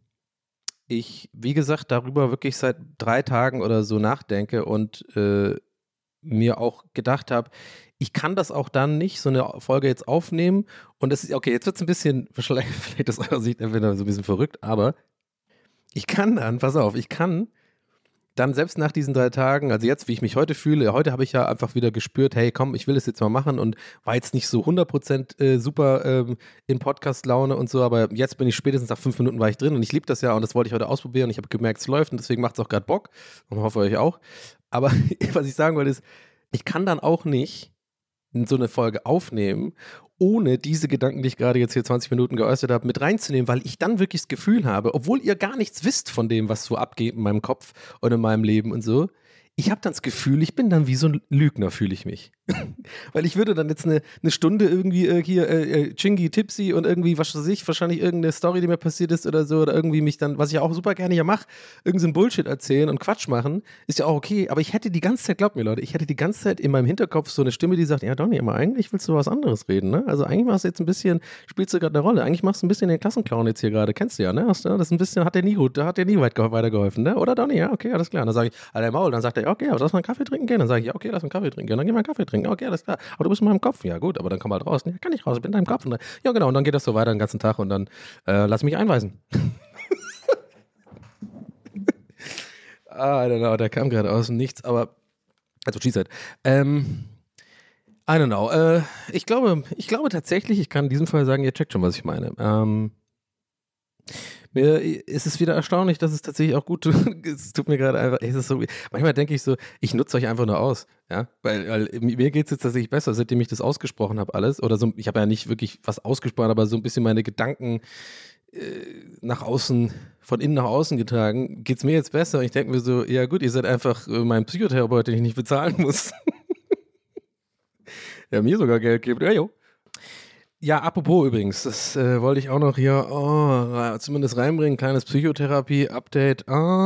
ich, wie gesagt, darüber wirklich seit 3 Tagen oder so nachdenke und mir auch gedacht habe, ich kann das auch dann nicht, so eine Folge jetzt aufnehmen und das ist, okay, jetzt wird es ein bisschen, vielleicht aus eurer Sicht entweder so ein bisschen verrückt, aber ich kann dann selbst nach diesen 3 Tagen, also jetzt, wie ich mich heute fühle, heute habe ich ja einfach wieder gespürt, hey, komm, ich will es jetzt mal machen und war jetzt nicht so 100% super in Podcast-Laune und so, aber jetzt bin ich spätestens nach 5 Minuten war ich drin und ich liebe das ja und das wollte ich heute ausprobieren und ich habe gemerkt, es läuft und deswegen macht es auch gerade Bock und hoffe euch auch. Aber was ich sagen wollte ist, ich kann dann auch nicht so eine Folge aufnehmen, ohne diese Gedanken, die ich gerade jetzt hier 20 Minuten geäußert habe, mit reinzunehmen, weil ich dann wirklich das Gefühl habe, obwohl ihr gar nichts wisst von dem, was so abgeht in meinem Kopf und in meinem Leben und so, ich habe dann das Gefühl, ich bin dann wie so ein Lügner, fühle ich mich. Weil ich würde dann jetzt eine Stunde irgendwie hier Chingy Tipsy und irgendwie, was weiß ich, wahrscheinlich irgendeine Story, die mir passiert ist oder so, oder irgendwie mich dann, was ich auch super gerne ja mache, irgendeinen so Bullshit erzählen und Quatsch machen, ist ja auch okay, aber ich hätte die ganze Zeit, glaubt mir Leute, ich hätte die ganze Zeit in meinem Hinterkopf so eine Stimme, die sagt, ja Donny, aber eigentlich willst du was anderes reden, ne? Also eigentlich machst du jetzt ein bisschen, spielst du gerade eine Rolle, eigentlich machst du ein bisschen den Klassenclown jetzt hier gerade, kennst du ja, ne? Das ist ein bisschen, hat dir nie weitergeholfen, ne? Oder Donny, ja, okay, alles klar. Dann sage ich, Alter Maul, dann sagt er, okay, aber lass mal einen Kaffee trinken gehen, dann sage ich, ja, okay, lass mal einen Kaffee trinken gehen, dann gehen wir einen Kaffee trinken, okay, alles klar, aber du bist in meinem Kopf, ja gut, aber dann komm halt raus, ja, kann ich raus, ich bin in deinem Kopf, und dann, ja genau, und dann geht das so weiter den ganzen Tag und dann lass mich einweisen. I don't know, der kam gerade aus dem Nichts, aber, also Cheesehead. I don't know. Ich glaube tatsächlich, ich kann in diesem Fall sagen, ihr checkt schon, was ich meine. Mir ist es wieder erstaunlich, dass es tatsächlich auch gut tut. Es tut mir gerade einfach, es ist so, manchmal denke ich so, ich nutze euch einfach nur aus, ja, weil mir geht es jetzt tatsächlich besser, seitdem ich das ausgesprochen habe alles, oder so, ich habe ja nicht wirklich was ausgesprochen, aber so ein bisschen meine Gedanken nach außen, von innen nach außen getragen, geht es mir jetzt besser. Ich denke mir so, ja gut, ihr seid einfach mein Psychotherapeut, den ich nicht bezahlen muss. Der mir sogar Geld gibt, ja jo. Ja, apropos übrigens, das wollte ich auch noch hier zumindest reinbringen, kleines Psychotherapie-Update.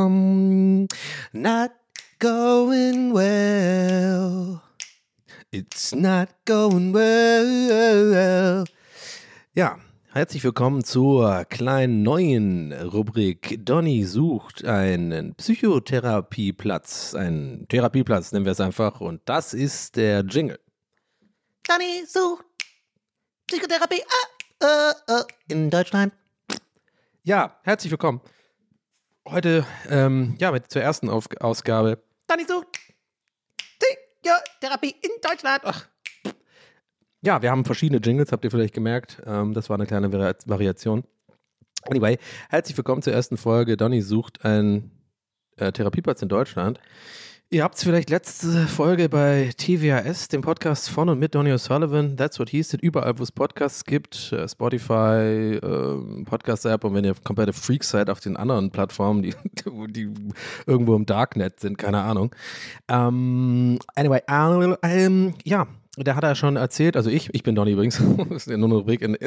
Not going well. It's not going well. Ja, herzlich willkommen zur kleinen neuen Rubrik. Donny sucht einen Psychotherapieplatz, einen Therapieplatz, nennen wir es einfach. Und das ist der Jingle. Donny sucht Psychotherapie in Deutschland. Ja, herzlich willkommen. Heute, zur ersten Ausgabe. Donny sucht Psychotherapie in Deutschland. Ach. Ja, wir haben verschiedene Jingles, habt ihr vielleicht gemerkt. Das war eine kleine Variation. Anyway, herzlich willkommen zur ersten Folge. Donny sucht einen Therapieplatz in Deutschland. Ihr habt es vielleicht letzte Folge bei TWAS, dem Podcast von und mit Donny O'Sullivan, That's What He Said, überall, wo es Podcasts gibt, Spotify, Podcast-App, und wenn ihr komplette Freaks seid auf den anderen Plattformen, die irgendwo im Darknet sind, keine Ahnung. Anyway, ja, der hat er schon erzählt, also ich bin Donny übrigens, das ist ja nur eine Rubrik in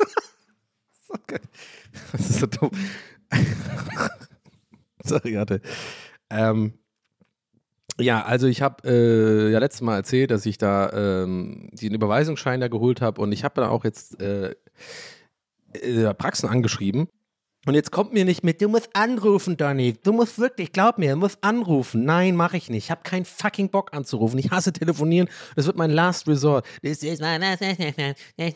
das ist so dumm. Sorry, hatte. Ja, also ich habe letztes Mal erzählt, dass ich da den Überweisungsschein da geholt habe, und ich habe da auch jetzt Praxen angeschrieben. Und jetzt kommt mir nicht mit, du musst anrufen, Donny. Du musst wirklich, glaub mir, du musst anrufen. Nein, mache ich nicht. Ich habe keinen fucking Bock anzurufen. Ich hasse telefonieren. Das wird mein Last Resort. This is my last resort.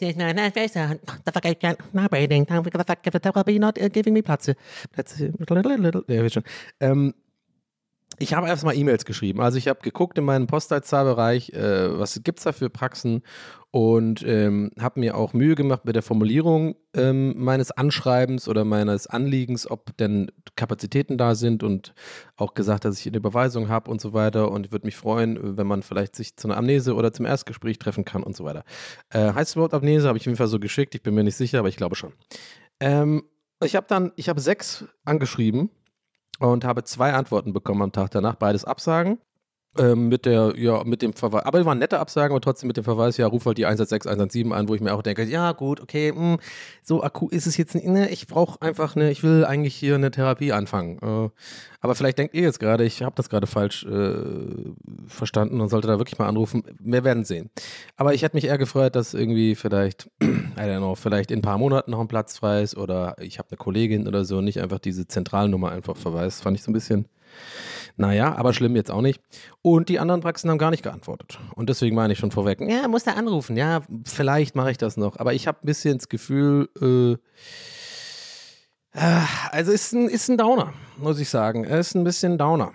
Not giving me Plätze. Ja, schon. Ich habe erstmal E-Mails geschrieben. Also ich habe geguckt in meinem Postleitzahlbereich, was gibt es da für Praxen, und habe mir auch Mühe gemacht mit der Formulierung meines Anschreibens oder meines Anliegens, ob denn Kapazitäten da sind, und auch gesagt, dass ich eine Überweisung habe und so weiter, und ich würde mich freuen, wenn man vielleicht sich zu einer Amnese oder zum Erstgespräch treffen kann und so weiter. Heißt es überhaupt Amnese? Habe ich auf jeden Fall so geschickt. Ich bin mir nicht sicher, aber ich glaube schon. Ich habe 6 angeschrieben und habe 2 Antworten bekommen am Tag danach, beides Absagen. Mit dem Verweis, aber die waren nette Absagen, aber trotzdem mit dem Verweis, ja, ruf halt die 116, 117 an, wo ich mir auch denke, ja gut, okay, so akut ist es jetzt nicht, ne, ich brauche einfach ich will eigentlich hier eine Therapie anfangen. Aber vielleicht denkt ihr jetzt gerade, ich habe das gerade falsch verstanden und sollte da wirklich mal anrufen. Wir werden sehen. Aber ich hätte mich eher gefreut, dass irgendwie vielleicht, I don't know, vielleicht in ein paar Monaten noch ein Platz frei ist, oder ich habe eine Kollegin oder so, nicht einfach diese Zentralnummer einfach verweist. Fand ich so ein bisschen, naja, aber schlimm jetzt auch nicht. Und die anderen Praxen haben gar nicht geantwortet. Und deswegen meine ich schon vorweg, ja, muss da anrufen. Ja, vielleicht mache ich das noch. Aber ich habe ein bisschen das Gefühl, also ist ein Downer, muss ich sagen. Es ist ein bisschen Downer.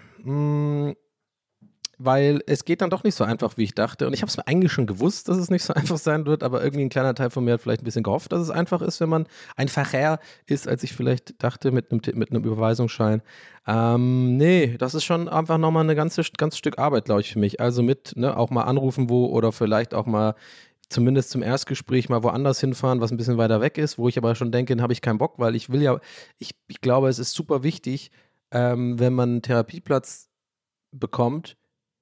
Weil es geht dann doch nicht so einfach, wie ich dachte. Und ich habe es mir eigentlich schon gewusst, dass es nicht so einfach sein wird, aber irgendwie ein kleiner Teil von mir hat vielleicht ein bisschen gehofft, dass es einfach ist, wenn man einfacher ist, als ich vielleicht dachte mit einem Überweisungsschein. Nee, das ist schon einfach nochmal ein ganzes Stück Arbeit, glaube ich, für mich. Also auch mal anrufen oder vielleicht auch mal zumindest zum Erstgespräch mal woanders hinfahren, was ein bisschen weiter weg ist, wo ich aber schon denke, dann habe ich keinen Bock, weil ich glaube, es ist super wichtig, wenn man einen Therapieplatz bekommt,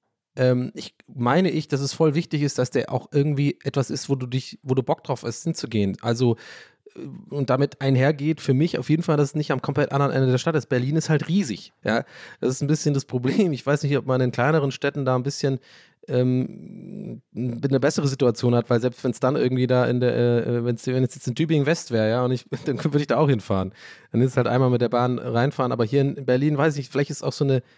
dass es voll wichtig ist, dass der auch irgendwie etwas ist, wo du Bock drauf hast, hinzugehen. Also, und damit einhergeht für mich auf jeden Fall, dass es nicht am komplett anderen Ende der Stadt ist. Berlin ist halt riesig, ja. Das ist ein bisschen das Problem. Ich weiß nicht, ob man in kleineren Städten da ein bisschen eine bessere Situation hat, weil selbst wenn es dann irgendwie da wenn es jetzt in Tübingen West wäre, ja, und dann würde ich da auch hinfahren. Dann ist es halt einmal mit der Bahn reinfahren, aber hier in Berlin, weiß ich nicht, vielleicht ist auch so eine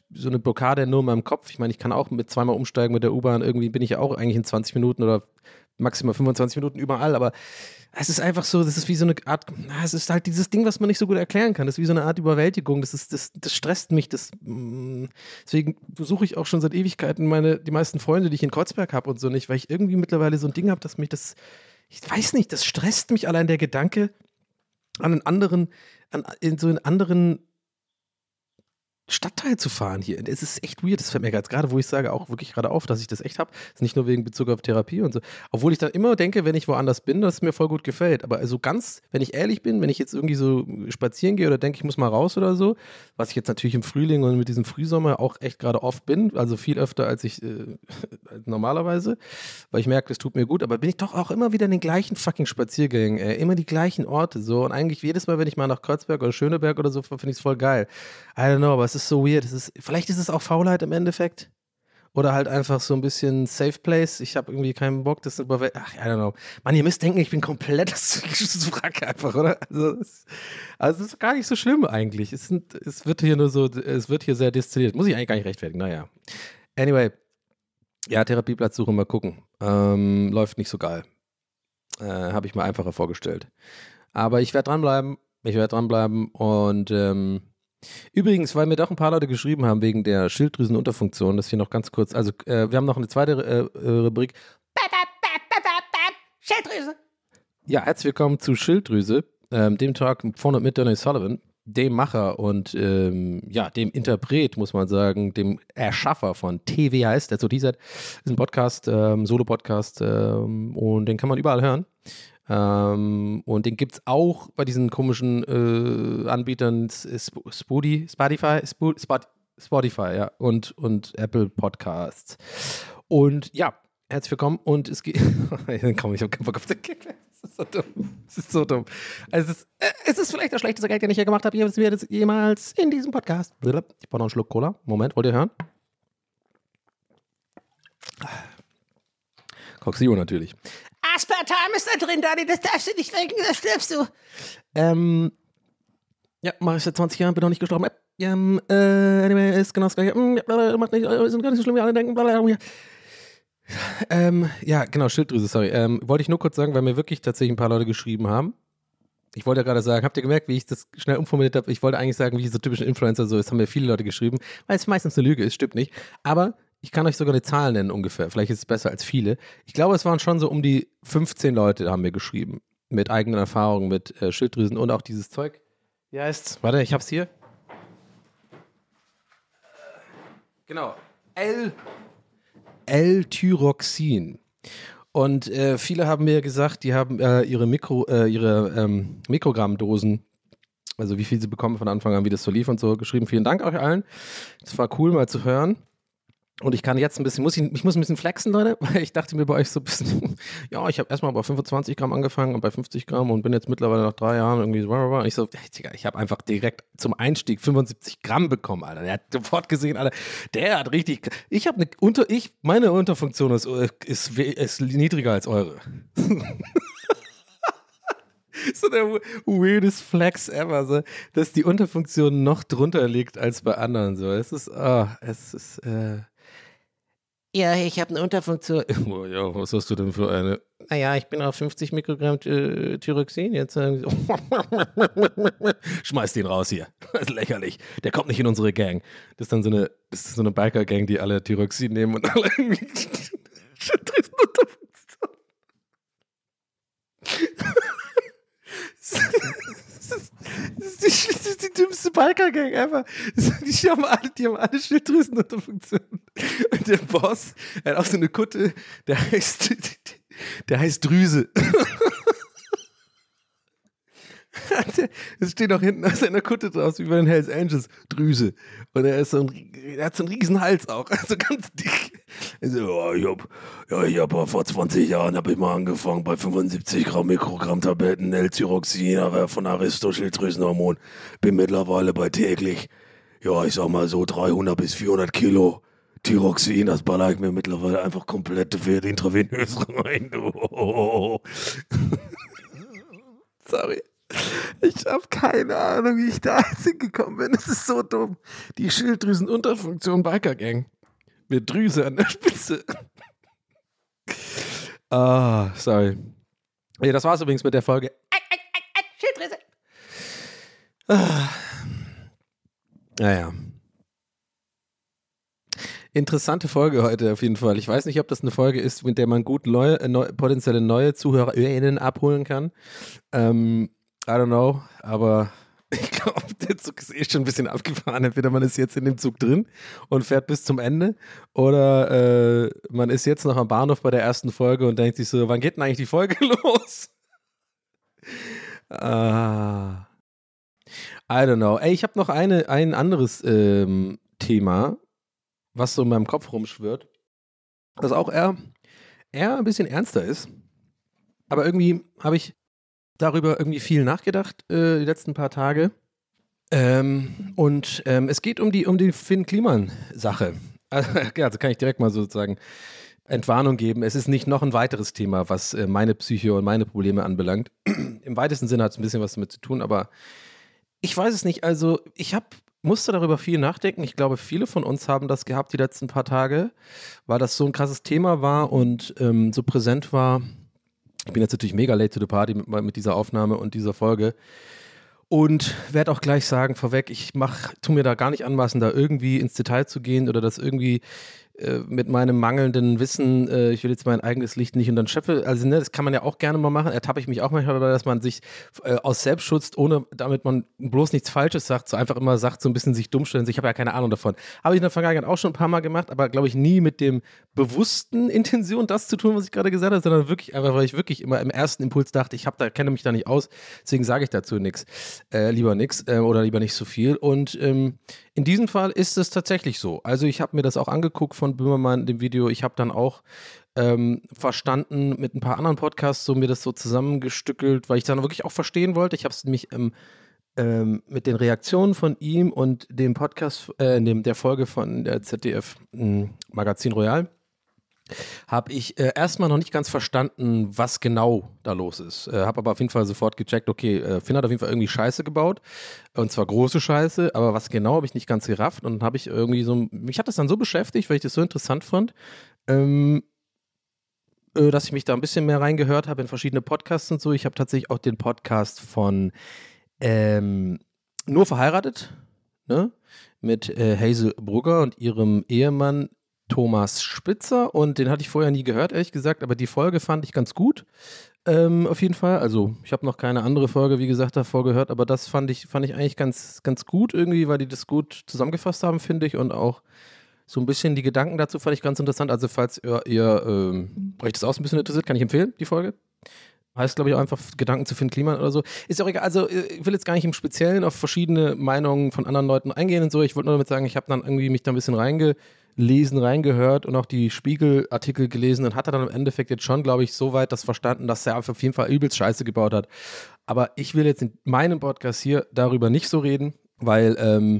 Blockade nur in meinem Kopf. Ich meine, ich kann auch mit zweimal umsteigen mit der U-Bahn. Irgendwie bin ich ja auch eigentlich in 20 Minuten oder maximal 25 Minuten überall, aber es ist einfach so, das ist wie so eine Art, es ist halt dieses Ding, was man nicht so gut erklären kann. Das ist wie so eine Art Überwältigung. Das stresst mich. Deswegen besuche ich auch schon seit Ewigkeiten die meisten Freunde, die ich in Kreuzberg habe und so nicht, weil ich irgendwie mittlerweile so ein Ding habe, dass mich ich weiß nicht, das stresst mich allein der Gedanke an in so einen anderen Stadtteil zu fahren hier. Es ist echt weird, das fällt mir jetzt gerade, wo ich sage, auch wirklich gerade auf, dass ich das echt habe. Das ist nicht nur wegen Bezug auf Therapie und so. Obwohl ich dann immer denke, wenn ich woanders bin, dass es mir voll gut gefällt. Aber also ganz, wenn ich ehrlich bin, wenn ich jetzt irgendwie so spazieren gehe oder denke, ich muss mal raus oder so, was ich jetzt natürlich im Frühling und mit diesem Frühsommer auch echt gerade oft bin, also viel öfter als ich normalerweise, weil ich merke, es tut mir gut, aber bin ich doch auch immer wieder in den gleichen fucking Spaziergängen, immer die gleichen Orte so und eigentlich jedes Mal, wenn ich mal nach Kreuzberg oder Schöneberg oder so, finde ich es voll geil. I don't know, aber es ist so weird. Vielleicht ist es auch Faulheit im Endeffekt. Oder halt einfach so ein bisschen Safe Place. Ich habe irgendwie keinen Bock, das ach, I don't know. Mann, ihr müsst denken, ich bin komplett das Wrack einfach, oder? Also es ist gar nicht so schlimm eigentlich. Es wird hier sehr destilliert. Muss ich eigentlich gar nicht rechtfertigen. Naja. Anyway. Ja, Therapieplatzsuche, mal gucken. Läuft nicht so geil. Habe ich mir einfacher vorgestellt. Aber ich werde dranbleiben und übrigens, weil mir doch ein paar Leute geschrieben haben wegen der Schilddrüsenunterfunktion, das hier noch ganz kurz, also wir haben noch eine zweite Rubrik. Schilddrüse. Ja, herzlich willkommen zu Schilddrüse, dem Talk von und mit Danny Sullivan, dem Macher und dem Interpret, muss man sagen, dem Erschaffer von TWHS, der ist ein Podcast, Solo-Podcast und den kann man überall hören. Und den gibt es auch bei diesen komischen Anbietern Spotify, ja, und Apple Podcasts. Und ja, herzlich willkommen und es geht. Komm, ich habe keinen Bock auf den Kick. Das ist so dumm. Also es ist vielleicht der schlechteste Gag, den ich hier gemacht habe, jemals in diesem Podcast. Ich brauche noch einen Schluck Cola. Moment, wollt ihr hören? Coxio natürlich. Aspartam ist da drin, Dani, das darfst du nicht trinken, das stirbst du. Ja, mache ich seit 20 Jahren, bin noch nicht gestorben. Anyway, ist genau das Gleiche. Macht nicht, sind gar nicht so schlimm, wie alle denken. Ja, genau, Schilddrüse, sorry. Wollte ich nur kurz sagen, weil mir wirklich tatsächlich ein paar Leute geschrieben haben. Ich wollte ja gerade sagen, habt ihr gemerkt, wie ich das schnell umformuliert habe? Ich wollte eigentlich sagen, wie so typischen Influencer so ist, haben mir viele Leute geschrieben, weil es meistens eine Lüge ist, stimmt nicht. Aber ich kann euch sogar eine Zahl nennen ungefähr. Vielleicht ist es besser als viele. Ich glaube, es waren schon so um die 15 Leute, haben mir geschrieben. Mit eigenen Erfahrungen, mit Schilddrüsen und auch dieses Zeug. Wie heißt's? Warte, ich hab's hier. Genau. L-Tyroxin. Und viele haben mir gesagt, die haben ihre Mikrogrammdosen, also wie viel sie bekommen von Anfang an, wie das so lief und so, geschrieben. Vielen Dank euch allen. Es war cool, mal zu hören. Und ich kann jetzt ein bisschen, ich muss ein bisschen flexen, Leute, weil ich dachte mir bei euch so ein bisschen, ja, ich habe erstmal bei 25 Gramm angefangen und bei 50 Gramm und bin jetzt mittlerweile nach 3 Jahren irgendwie so, und ich so, ich habe einfach direkt zum Einstieg 75 Gramm bekommen, Alter. Der hat sofort gesehen, Alter, der hat richtig, meine Unterfunktion ist niedriger als eure. So der weirdest Flex ever, so, dass die Unterfunktion noch drunter liegt als bei anderen, so. Ja, ich habe eine Unterfunktion. Oh, ja, was hast du denn für eine? Naja, ich bin auf 50 Mikrogramm Thyroxin. Jetzt schmeiß den raus hier. Das ist lächerlich. Der kommt nicht in unsere Gang. Das ist dann so eine Biker-Gang, die alle Thyroxin nehmen und alle irgendwie Unterfunktion. Das ist die dümmste Biker-Gang ever. Die haben alle Schilddrüsenunterfunktion. Und der Boss, er hat auch so eine Kutte, der heißt Drüse. Es steht auch hinten auf seiner Kutte draus, wie bei den Hells Angels, Drüse. Und er hat so einen riesen Hals auch, also ganz dick. Also, ich hab vor 20 Jahren habe ich mal angefangen bei 75 Mikrogramm Tabletten L-Tyroxin, aber von Schilddrüsenhormon. Bin mittlerweile bei täglich, ja, ich sag mal so 300 bis 400 Kilo Thyroxin. Das baller ich mir mittlerweile einfach komplett intravenös rein. Oh. Sorry. Ich habe keine Ahnung, wie ich da hingekommen bin. Das ist so dumm. Die Schilddrüsenunterfunktion Biker Gang. Mit Drüse an der Spitze. Sorry. Ja, das war's übrigens mit der Folge. Schilddrüse. Naja. Interessante Folge heute auf jeden Fall. Ich weiß nicht, ob das eine Folge ist, mit der man gut potenzielle neue ZuhörerInnen abholen kann. I don't know, aber ich glaube, der Zug ist eh schon ein bisschen abgefahren. Entweder man ist jetzt in dem Zug drin und fährt bis zum Ende oder man ist jetzt noch am Bahnhof bei der ersten Folge und denkt sich so, wann geht denn eigentlich die Folge los? I don't know. Ey, ich habe noch ein anderes Thema, was so in meinem Kopf rumschwirrt, das auch eher ein bisschen ernster ist. Aber irgendwie habe ich darüber irgendwie viel nachgedacht die letzten paar Tage. Es geht um die Finn Kliman-Sache. Also kann ich direkt mal sozusagen Entwarnung geben. Es ist nicht noch ein weiteres Thema, was meine Psyche und meine Probleme anbelangt. Im weitesten Sinne hat es ein bisschen was damit zu tun, aber ich weiß es nicht. Also musste darüber viel nachdenken. Ich glaube, viele von uns haben das gehabt die letzten paar Tage, weil das so ein krasses Thema war und so präsent war. Ich bin jetzt natürlich mega late to the party mit dieser Aufnahme und dieser Folge. Und werde auch gleich sagen, vorweg, tu mir da gar nicht anmaßen, da irgendwie ins Detail zu gehen oder das irgendwie mit meinem mangelnden Wissen, ich will jetzt mein eigenes Licht nicht unter den Scheffel, also das kann man ja auch gerne mal machen, ertappe ich mich auch manchmal dabei, dass man sich aus Selbstschutz, damit man bloß nichts Falsches sagt, so einfach immer sagt, so ein bisschen sich dumm stellen, ich habe ja keine Ahnung davon. Habe ich in der Vergangenheit auch schon ein paar Mal gemacht, aber glaube ich nie mit dem bewussten Intention, das zu tun, was ich gerade gesagt habe, sondern wirklich einfach, weil ich wirklich immer im ersten Impuls dachte, kenne mich da nicht aus, deswegen sage ich dazu nichts, lieber nichts oder lieber nicht so viel. Und in diesem Fall ist es tatsächlich so. Also ich habe mir das auch angeguckt von Böhmermann, dem Video. Ich habe dann auch verstanden mit ein paar anderen Podcasts, so mir das so zusammengestückelt, weil ich dann wirklich auch verstehen wollte. Ich habe es nämlich mit den Reaktionen von ihm und dem Podcast, der Folge von der ZDF Magazin Royal, habe ich erstmal noch nicht ganz verstanden, was genau da los ist. Habe aber auf jeden Fall sofort gecheckt, okay, Finn hat auf jeden Fall irgendwie Scheiße gebaut. Und zwar große Scheiße, aber was genau habe ich nicht ganz gerafft. Und dann habe ich irgendwie mich hat das dann so beschäftigt, weil ich das so interessant fand, dass ich mich da ein bisschen mehr reingehört habe in verschiedene Podcasts und so. Ich habe tatsächlich auch den Podcast von Nur verheiratet, ne? Mit Hazel Brugger und ihrem Ehemann Thomas Spitzer, und den hatte ich vorher nie gehört, ehrlich gesagt, aber die Folge fand ich ganz gut, auf jeden Fall. Also ich habe noch keine andere Folge, wie gesagt, davor gehört, aber das fand ich eigentlich ganz, ganz gut irgendwie, weil die das gut zusammengefasst haben, finde ich, und auch so ein bisschen die Gedanken dazu fand ich ganz interessant. Also falls ihr euch das auch so ein bisschen interessiert, kann ich empfehlen, die Folge. Heißt, glaube ich, auch einfach Gedanken zu Finn Kliman oder so. Ist auch egal, also ich will jetzt gar nicht im Speziellen auf verschiedene Meinungen von anderen Leuten eingehen und so. Ich wollte nur damit sagen, ich habe dann irgendwie mich da ein bisschen reingehört und auch die Spiegel-Artikel gelesen und hatte dann im Endeffekt jetzt schon, glaube ich, soweit das verstanden, dass er auf jeden Fall übelst Scheiße gebaut hat. Aber ich will jetzt in meinem Podcast hier darüber nicht so reden, weil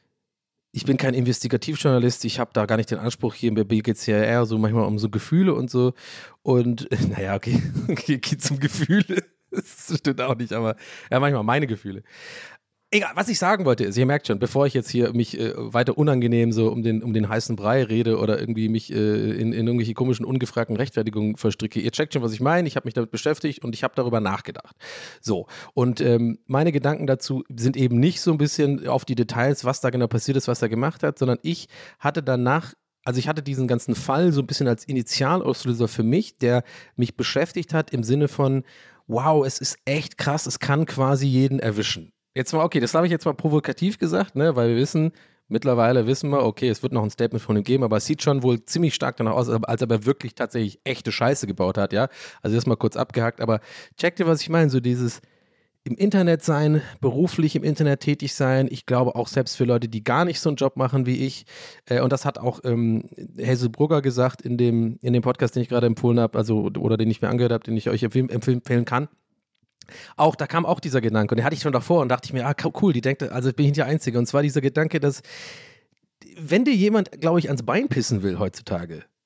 ich bin kein Investigativjournalist, ich habe da gar nicht den Anspruch, hier mir geht es ja eher so manchmal um so Gefühle und so. Und naja, okay, geht um Gefühle. Das stimmt auch nicht, aber ja, manchmal meine Gefühle. Egal, was ich sagen wollte ist, ihr merkt schon, bevor ich jetzt hier mich weiter unangenehm so um den heißen Brei rede oder irgendwie mich in irgendwelche komischen, ungefragten Rechtfertigungen verstricke, ihr checkt schon, was ich meine, ich habe mich damit beschäftigt und ich habe darüber nachgedacht. So, und meine Gedanken dazu sind eben nicht so ein bisschen auf die Details, was da genau passiert ist, was er gemacht hat, sondern ich hatte diesen ganzen Fall so ein bisschen als Initialauslöser für mich, der mich beschäftigt hat im Sinne von, wow, es ist echt krass, es kann quasi jeden erwischen. Jetzt mal, okay, das habe ich jetzt mal provokativ gesagt, ne, weil mittlerweile wissen wir, okay, es wird noch ein Statement von ihm geben, aber es sieht schon wohl ziemlich stark danach aus, als ob er wirklich tatsächlich echte Scheiße gebaut hat, ja. Also das mal kurz abgehakt, aber checkt ihr, was ich meine? So dieses im Internet sein, beruflich im Internet tätig sein, ich glaube auch selbst für Leute, die gar nicht so einen Job machen wie ich, und das hat auch Hazel Brugger gesagt in dem Podcast, den ich gerade empfohlen habe, also oder den ich mir angehört habe, den ich euch empfehlen kann. Auch, da kam auch dieser Gedanke und den hatte ich schon davor und dachte ich mir, cool, die denkt, also bin ich nicht der Einzige. Und zwar dieser Gedanke, dass, wenn dir jemand, glaube ich, ans Bein pissen will heutzutage,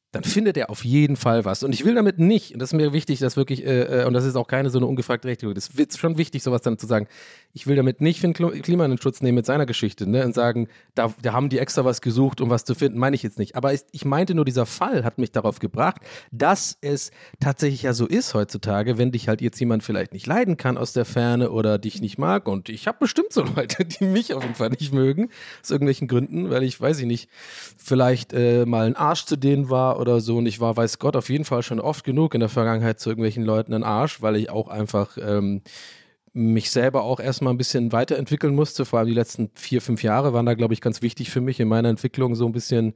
dann findet er auf jeden Fall was. Und ich will damit nicht, und das ist mir wichtig, dass wirklich, und das ist auch keine so eine ungefragte Berechtigung, das ist schon wichtig, sowas dann zu sagen, ich will damit nicht Finn Kliman in Schutz nehmen mit seiner Geschichte, ne, und sagen, da haben die extra was gesucht, um was zu finden, meine ich jetzt nicht. Aber ich meinte nur, dieser Fall hat mich darauf gebracht, dass es tatsächlich ja so ist heutzutage, wenn dich halt jetzt jemand vielleicht nicht leiden kann aus der Ferne oder dich nicht mag, und ich habe bestimmt so Leute, die mich auf jeden Fall nicht mögen, aus irgendwelchen Gründen, weil ich, weiß ich nicht, vielleicht mal ein Arsch zu denen war oder so, und ich war, weiß Gott, auf jeden Fall schon oft genug in der Vergangenheit zu irgendwelchen Leuten ein Arsch, weil ich auch einfach mich selber auch erstmal ein bisschen weiterentwickeln musste. Vor allem die letzten 4, 5 Jahre waren da, glaube ich, ganz wichtig für mich in meiner Entwicklung, so ein bisschen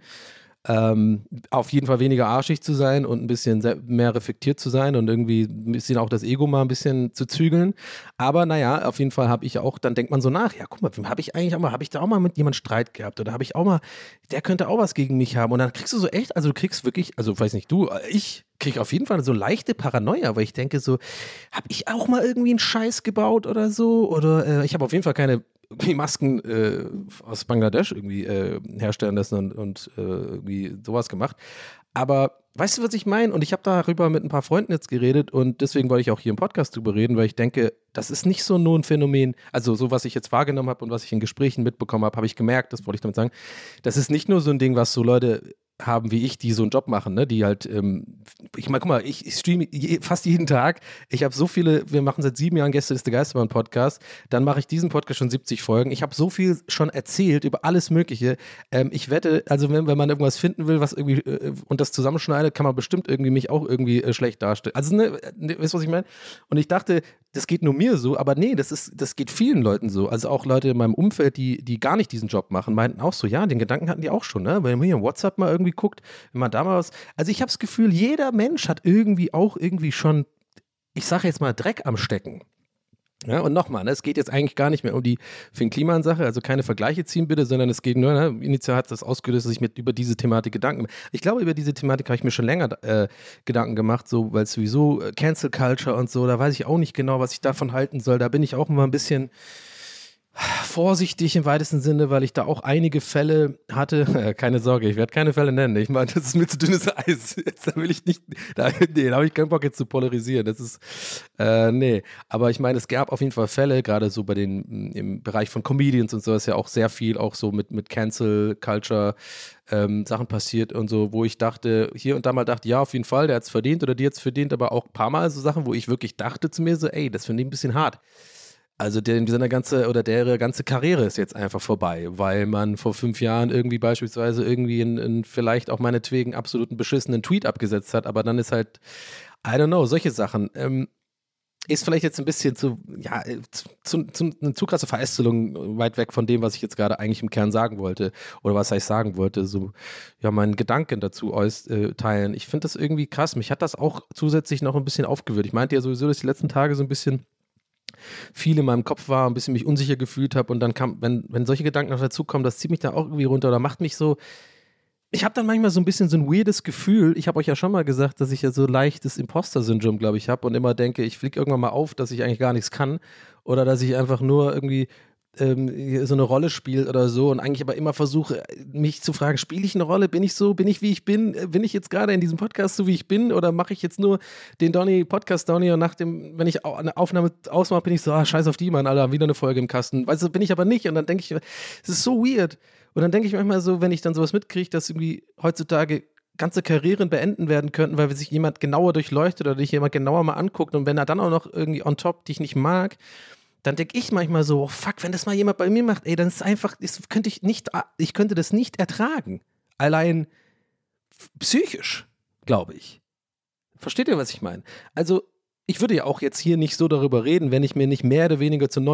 auf jeden Fall weniger arschig zu sein und ein bisschen mehr reflektiert zu sein und irgendwie ein bisschen auch das Ego mal ein bisschen zu zügeln. Aber naja, auf jeden Fall habe ich auch, dann denkt man so nach, ja guck mal, habe ich da auch mal mit jemandem Streit gehabt oder habe ich auch mal, der könnte auch was gegen mich haben, und dann kriegst du so echt, also du kriegst wirklich, also weiß nicht du, ich kriege auf jeden Fall so leichte Paranoia, weil ich denke so, habe ich auch mal irgendwie einen Scheiß gebaut oder so, oder ich habe auf jeden Fall keine Masken aus Bangladesch irgendwie herstellen lassen und irgendwie sowas gemacht. Aber weißt du, was ich meine? Und ich habe darüber mit ein paar Freunden jetzt geredet, und deswegen wollte ich auch hier im Podcast drüber reden, weil ich denke, das ist nicht so nur ein Phänomen, also so, was ich jetzt wahrgenommen habe und was ich in Gesprächen mitbekommen habe, habe ich gemerkt, das wollte ich damit sagen, das ist nicht nur so ein Ding, was so Leute haben wie ich, die so einen Job machen, ne, die halt, ich meine, guck mal, ich streame fast jeden Tag, ich habe so viele, wir machen seit 7 Jahren Gästeliste Geisterbahn Podcast, dann mache ich diesen Podcast schon 70 Folgen, ich habe so viel schon erzählt über alles Mögliche, ich wette, also wenn man irgendwas finden will, was irgendwie, und das zusammenschneidet, kann man bestimmt irgendwie mich auch irgendwie schlecht darstellen, also ne, weißt du, was ich meine? Und ich dachte, das geht nur mir so, aber nee, das geht vielen Leuten so, also auch Leute in meinem Umfeld, die gar nicht diesen Job machen, meinten auch so, ja, den Gedanken hatten die auch schon, ne, wenn man hier in WhatsApp mal irgendwie guckt, wenn man da mal was, also ich habe das Gefühl, jeder Mensch hat irgendwie auch irgendwie schon, ich sage jetzt mal, Dreck am Stecken. Ja, und nochmal, ne, es geht jetzt eigentlich gar nicht mehr um die Finn Kliman-Sache, also keine Vergleiche ziehen bitte, sondern es geht nur, ne, initial hat das ausgelöst, dass ich mir über diese Thematik Gedanken, ich glaube, über diese Thematik habe ich mir schon länger Gedanken gemacht, so, weil es sowieso Cancel Culture und so, da weiß ich auch nicht genau, was ich davon halten soll, da bin ich auch immer ein bisschen vorsichtig im weitesten Sinne, weil ich da auch einige Fälle hatte. Keine Sorge, ich werde keine Fälle nennen. Ich meine, das ist mir zu dünnes Eis. Da will ich nicht, da habe ich keinen Bock jetzt zu polarisieren. Das ist, nee. Aber ich meine, es gab auf jeden Fall Fälle, gerade so bei im Bereich von Comedians und so, ist ja auch sehr viel auch so mit Cancel Culture Sachen passiert und so, wo ich dachte, hier und da mal dachte, ja, auf jeden Fall, der hat es verdient oder die hat es verdient, aber auch ein paar Mal so Sachen, wo ich wirklich dachte zu mir so, ey, das finde ich ein bisschen hart. Also deren ganze Karriere ist jetzt einfach vorbei, weil man vor 5 Jahren irgendwie beispielsweise irgendwie einen vielleicht auch meinetwegen absoluten beschissenen Tweet abgesetzt hat, aber dann ist halt, I don't know, solche Sachen. Ist vielleicht jetzt ein bisschen eine zu krasse Verästelung weit weg von dem, was ich jetzt gerade eigentlich im Kern sagen wollte oder was ich sagen wollte, so, ja, meinen Gedanken dazu teilen. Ich finde das irgendwie krass. Mich hat das auch zusätzlich noch ein bisschen aufgewühlt. Ich meinte ja sowieso, dass ich die letzten Tage so ein bisschen viel in meinem Kopf war, ein bisschen mich unsicher gefühlt habe, und dann kam, wenn solche Gedanken noch dazukommen, das zieht mich da auch irgendwie runter oder macht mich so, ich habe dann manchmal so ein bisschen so ein weirdes Gefühl, ich habe euch ja schon mal gesagt, dass ich ja so leichtes Imposter-Syndrom, glaube ich, habe und immer denke, ich fliege irgendwann mal auf, dass ich eigentlich gar nichts kann oder dass ich einfach nur irgendwie so eine Rolle spielt oder so, und eigentlich aber immer versuche, mich zu fragen, spiele ich eine Rolle, bin ich so, bin ich wie ich bin ich jetzt gerade in diesem Podcast so wie ich bin, oder mache ich jetzt nur den Podcast Donny, und wenn ich eine Aufnahme ausmache, bin ich so, scheiß auf die, Mann, Alter, wieder eine Folge im Kasten, weißt du, bin ich aber nicht, und dann denke ich, es ist so weird, und dann denke ich manchmal so, wenn ich dann sowas mitkriege, dass irgendwie heutzutage ganze Karrieren beenden werden könnten, weil sich jemand genauer durchleuchtet oder dich jemand genauer mal anguckt, und wenn er dann auch noch irgendwie on top dich nicht mag, dann denke ich manchmal so, oh fuck, wenn das mal jemand bei mir macht, ey, dann ist es einfach, ich könnte das nicht ertragen. Allein psychisch, glaube ich. Versteht ihr, was ich meine? Also, ich würde ja auch jetzt hier nicht so darüber reden, wenn ich mir nicht mehr oder weniger zu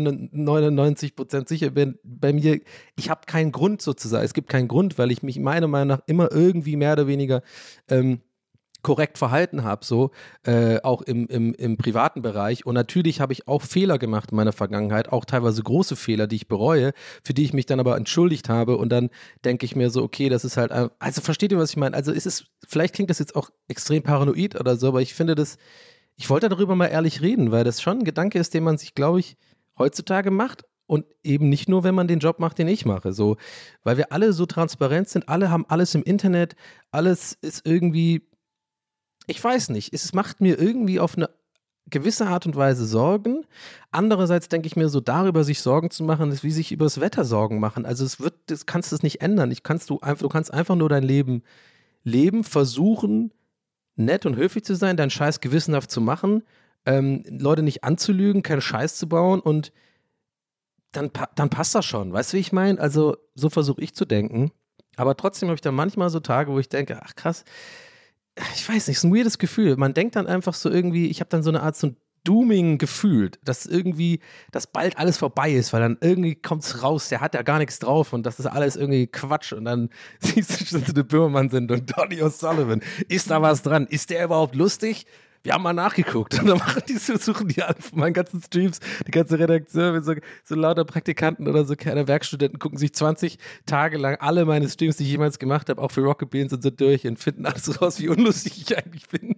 99% sicher bin, bei mir, ich habe keinen Grund sozusagen, es gibt keinen Grund, weil ich mich meiner Meinung nach immer irgendwie mehr oder weniger korrekt verhalten habe, so, auch im privaten Bereich. Und natürlich habe ich auch Fehler gemacht in meiner Vergangenheit, auch teilweise große Fehler, die ich bereue, für die ich mich dann aber entschuldigt habe. Und dann denke ich mir so, okay, das ist halt, also versteht ihr, was ich meine? Also vielleicht klingt das jetzt auch extrem paranoid oder so, aber ich finde ich wollte darüber mal ehrlich reden, weil das schon ein Gedanke ist, den man sich, glaube ich, heutzutage macht. und eben nicht nur, wenn man den Job macht, den ich mache. So, weil wir alle so transparent sind, alle haben alles im Internet, alles ist irgendwie, ich weiß nicht, es macht mir irgendwie auf eine gewisse Art und Weise Sorgen. Andererseits denke ich mir so, darüber sich Sorgen zu machen, ist wie sich über das Wetter Sorgen machen. Also das kannst du es nicht ändern. Du kannst einfach nur dein Leben leben, versuchen, nett und höflich zu sein, deinen Scheiß gewissenhaft zu machen, Leute nicht anzulügen, keinen Scheiß zu bauen und dann passt das schon. Weißt du, wie ich meine? Also so versuche ich zu denken. Aber trotzdem habe ich dann manchmal so Tage, wo ich denke, ach krass, ich weiß nicht, es ist ein weirdes Gefühl. Man denkt dann einfach so irgendwie, ich habe dann so eine Art so ein Dooming gefühlt, dass irgendwie, dass bald alles vorbei ist, weil dann irgendwie kommt es raus, der hat ja gar nichts drauf und das ist alles irgendwie Quatsch und dann siehst du schon so eine Böhmermann sind und Donny O'Sullivan. Ist da was dran? Ist der überhaupt lustig? Wir haben mal nachgeguckt und dann suchen die an von meinen ganzen Streams, die ganze Redaktion mit so lauter Praktikanten oder so keine Werkstudenten gucken sich 20 Tage lang alle meine Streams, die ich jemals gemacht habe, auch für Rocket Beans und so durch und finden alles raus, wie unlustig ich eigentlich bin.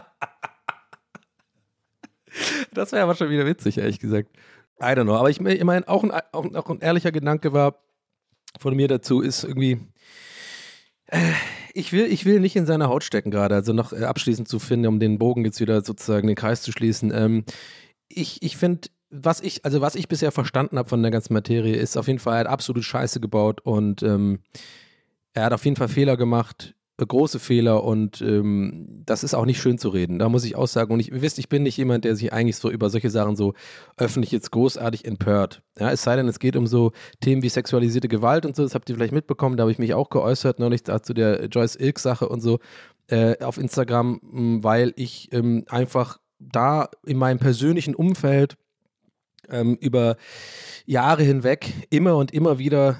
Das wäre aber schon wieder witzig, ehrlich gesagt. I don't know, aber ich meine, auch ein ehrlicher Gedanke war von mir dazu, ist irgendwie, ich will nicht in seiner Haut stecken gerade, also noch abschließend zu finden, um den Bogen jetzt wieder sozusagen den Kreis zu schließen. Ich finde, was ich bisher verstanden habe von der ganzen Materie, ist auf jeden Fall, er hat absolut Scheiße gebaut und er hat auf jeden Fall Fehler gemacht, große Fehler und das ist auch nicht schön zu reden. Da muss ich auch sagen, und ihr wisst, ich bin nicht jemand, der sich eigentlich so über solche Sachen so öffentlich jetzt großartig empört. Ja, es sei denn, es geht um so Themen wie sexualisierte Gewalt und so, das habt ihr vielleicht mitbekommen, da habe ich mich auch geäußert, neulich zu der Joyce Ilk-Sache und so auf Instagram, weil ich einfach da in meinem persönlichen Umfeld über Jahre hinweg immer und immer wieder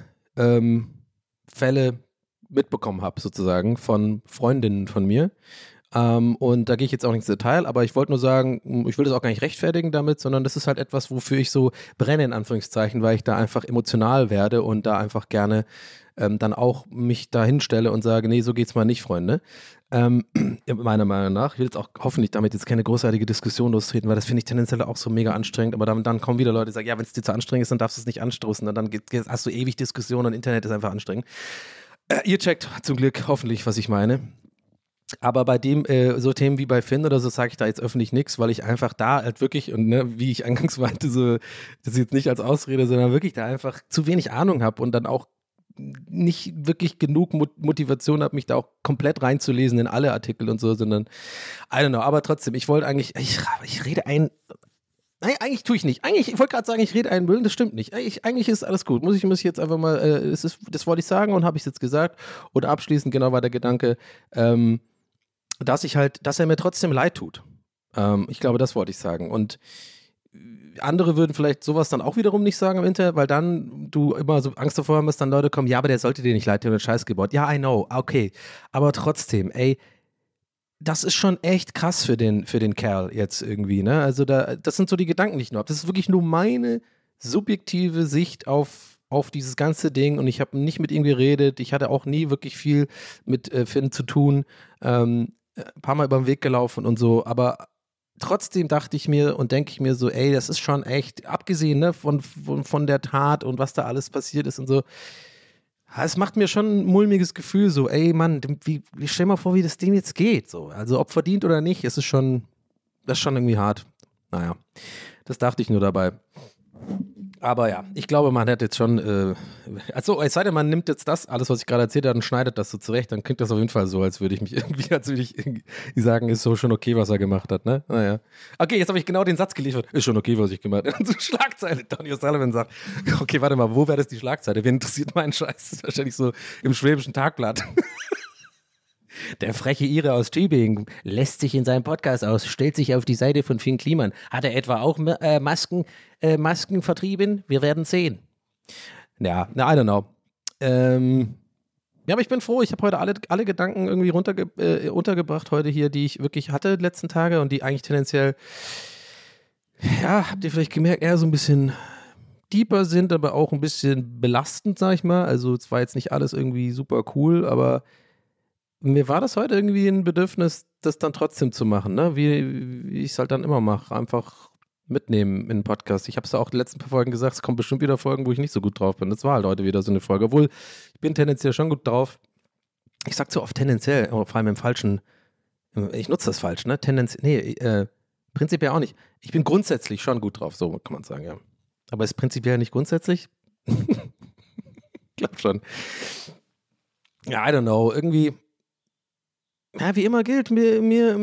Fälle mitbekommen habe, sozusagen, von Freundinnen von mir. Und da gehe ich jetzt auch nicht ins Detail, aber ich wollte nur sagen, ich will das auch gar nicht rechtfertigen damit, sondern das ist halt etwas, wofür ich so brenne, in Anführungszeichen, weil ich da einfach emotional werde und da einfach gerne dann auch mich da hinstelle und sage, nee, so geht's mal nicht, Freunde. Meiner Meinung nach. Ich will jetzt auch hoffentlich damit jetzt keine großartige Diskussion lostreten, weil das finde ich tendenziell auch so mega anstrengend, aber dann kommen wieder Leute, die sagen, ja, wenn es dir zu anstrengend ist, dann darfst du es nicht anstoßen und dann hast du ewig Diskussionen und Internet ist einfach anstrengend. Ihr checkt zum Glück hoffentlich, was ich meine. Aber bei dem, so Themen wie bei Finn oder so, sage ich da jetzt öffentlich nichts, weil ich einfach da halt wirklich, und ne, wie ich eingangs meinte, so, das ist jetzt nicht als Ausrede, sondern wirklich da einfach zu wenig Ahnung habe und dann auch nicht wirklich genug Motivation habe, mich da auch komplett reinzulesen in alle Artikel und so, sondern, I don't know, aber trotzdem, ich wollte eigentlich, ich rede ein. Nein, eigentlich tue ich nicht. Ich wollte gerade sagen, ich rede einen Müll, das stimmt nicht. Eigentlich ist alles gut. Muss ich jetzt einfach mal, das wollte ich sagen und habe ich es jetzt gesagt. Und abschließend genau war der Gedanke, dass er mir trotzdem leid tut. Ich glaube, das wollte ich sagen. Und andere würden vielleicht sowas dann auch wiederum nicht sagen im Internet, weil dann du immer so Angst davor haben, dass dann Leute kommen, ja, aber der sollte dir nicht leid tun, der hat Scheiß gebaut. Ja, I know, okay. Aber trotzdem, das ist schon echt krass für den Kerl jetzt irgendwie, ne? Also das sind so die Gedanken, die ich nur habe. Das ist wirklich nur meine subjektive Sicht auf dieses ganze Ding und ich habe nicht mit ihm geredet. Ich hatte auch nie wirklich viel mit Finn zu tun. Ein paar Mal über den Weg gelaufen und so, aber trotzdem dachte ich mir und denke ich mir so, das ist schon echt, abgesehen ne, von der Tat und was da alles passiert ist und so, es macht mir schon ein mulmiges Gefühl, so, Mann, stell mal vor, wie das dem jetzt geht, so. Also, ob verdient oder nicht, das ist schon irgendwie hart. Naja, das dachte ich nur dabei. Aber ja, ich glaube, man hat jetzt schon, es sei denn, man nimmt jetzt das, alles, was ich gerade erzählt habe, und schneidet das so zurecht, dann klingt das auf jeden Fall so, als würde ich sagen, ist so schon okay, was er gemacht hat, ne? Naja. Okay, jetzt habe ich genau den Satz geliefert, ist schon okay, was ich gemacht habe. Und so Schlagzeile, Donny O'Sullivan sagt, okay, warte mal, wo wäre das die Schlagzeile? Wen interessiert mein Scheiß? Das ist wahrscheinlich so im Schwäbischen Tagblatt. Der freche Ire aus Tübingen lässt sich in seinem Podcast aus, stellt sich auf die Seite von Finn Kliman. Hat er etwa auch Masken vertrieben? Wir werden sehen. Ja, I don't know. Ja, aber ich bin froh, ich habe heute alle Gedanken irgendwie untergebracht heute hier, die ich wirklich hatte die letzten Tage und die eigentlich tendenziell, ja, habt ihr vielleicht gemerkt, eher so ein bisschen deeper sind, aber auch ein bisschen belastend, sag ich mal. Also es war jetzt nicht alles irgendwie super cool, aber mir war das heute irgendwie ein Bedürfnis, das dann trotzdem zu machen, ne? Wie ich es halt dann immer mache. Einfach mitnehmen in den Podcast. Ich habe es ja auch in den letzten paar Folgen gesagt, es kommen bestimmt wieder Folgen, wo ich nicht so gut drauf bin. Das war halt heute wieder so eine Folge. Obwohl, ich bin tendenziell schon gut drauf. Ich sag so oft tendenziell, aber vor allem im falschen, ich nutze das falsch, ne? Prinzipiell auch nicht. Ich bin grundsätzlich schon gut drauf, so kann man sagen, ja. Aber ist prinzipiell nicht grundsätzlich? Ich glaube schon. Ja, I don't know. Irgendwie, ja, wie immer gilt, mir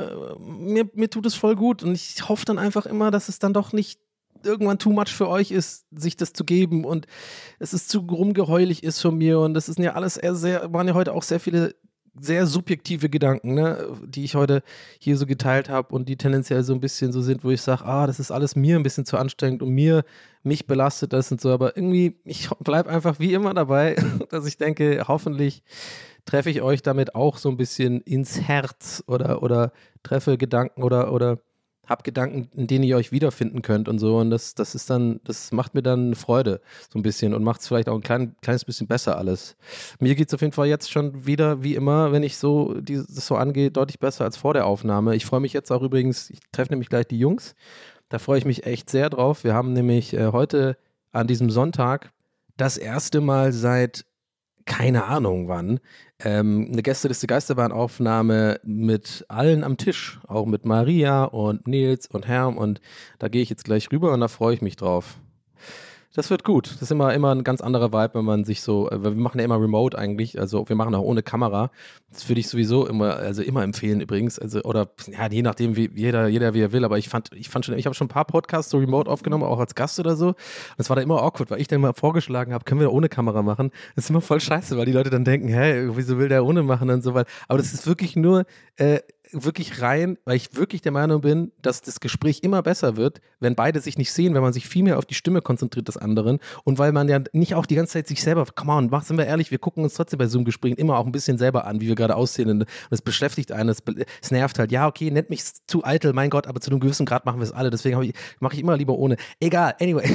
tut es voll gut und ich hoffe dann einfach immer, dass es dann doch nicht irgendwann too much für euch ist, sich das zu geben und es ist zu rumgeheulig ist von mir und das ist ja alles waren ja heute auch sehr viele sehr subjektive Gedanken, ne, die ich heute hier so geteilt habe und die tendenziell so ein bisschen so sind, wo ich sage, das ist alles mir ein bisschen zu anstrengend und mich belastet das und so, aber irgendwie, ich bleibe einfach wie immer dabei, dass ich denke, hoffentlich treffe ich euch damit auch so ein bisschen ins Herz oder treffe Gedanken oder hab Gedanken, in denen ihr euch wiederfinden könnt und so und das macht mir dann Freude so ein bisschen und macht es vielleicht auch ein kleines bisschen besser alles. Mir geht es auf jeden Fall jetzt schon wieder, wie immer, wenn ich so das so angehe, deutlich besser als vor der Aufnahme. Ich freue mich jetzt auch übrigens, ich treffe nämlich gleich die Jungs, da freue ich mich echt sehr drauf. Wir haben nämlich heute an diesem Sonntag das erste Mal seit keine Ahnung wann, eine Gästeliste Geisterbahn-Aufnahme mit allen am Tisch, auch mit Maria und Nils und Herm und da gehe ich jetzt gleich rüber und da freue ich mich drauf. Das wird gut. Das ist immer ein ganz anderer Vibe, wenn man sich so, wir machen ja immer remote eigentlich, also wir machen auch ohne Kamera. Das würde ich sowieso immer empfehlen übrigens, also oder ja, je nachdem wie jeder wie er will, aber ich habe schon ein paar Podcasts so remote aufgenommen, auch als Gast oder so. Und es war da immer awkward, weil ich dann mal vorgeschlagen habe, können wir ohne Kamera machen. Das ist immer voll scheiße, weil die Leute dann denken, hey, wieso will der ohne machen und so weiter. Aber das ist wirklich nur wirklich rein, weil ich wirklich der Meinung bin, dass das Gespräch immer besser wird, wenn beide sich nicht sehen, wenn man sich viel mehr auf die Stimme konzentriert des anderen und weil man ja nicht auch die ganze Zeit sich selber, come on, sind wir ehrlich, wir gucken uns trotzdem bei Zoom-Gesprächen immer auch ein bisschen selber an, wie wir gerade aussehen und es beschäftigt einen, es nervt halt, ja okay, nennt mich zu eitel, mein Gott, aber zu einem gewissen Grad machen wir es alle, deswegen mache ich immer lieber ohne. Egal, anyway.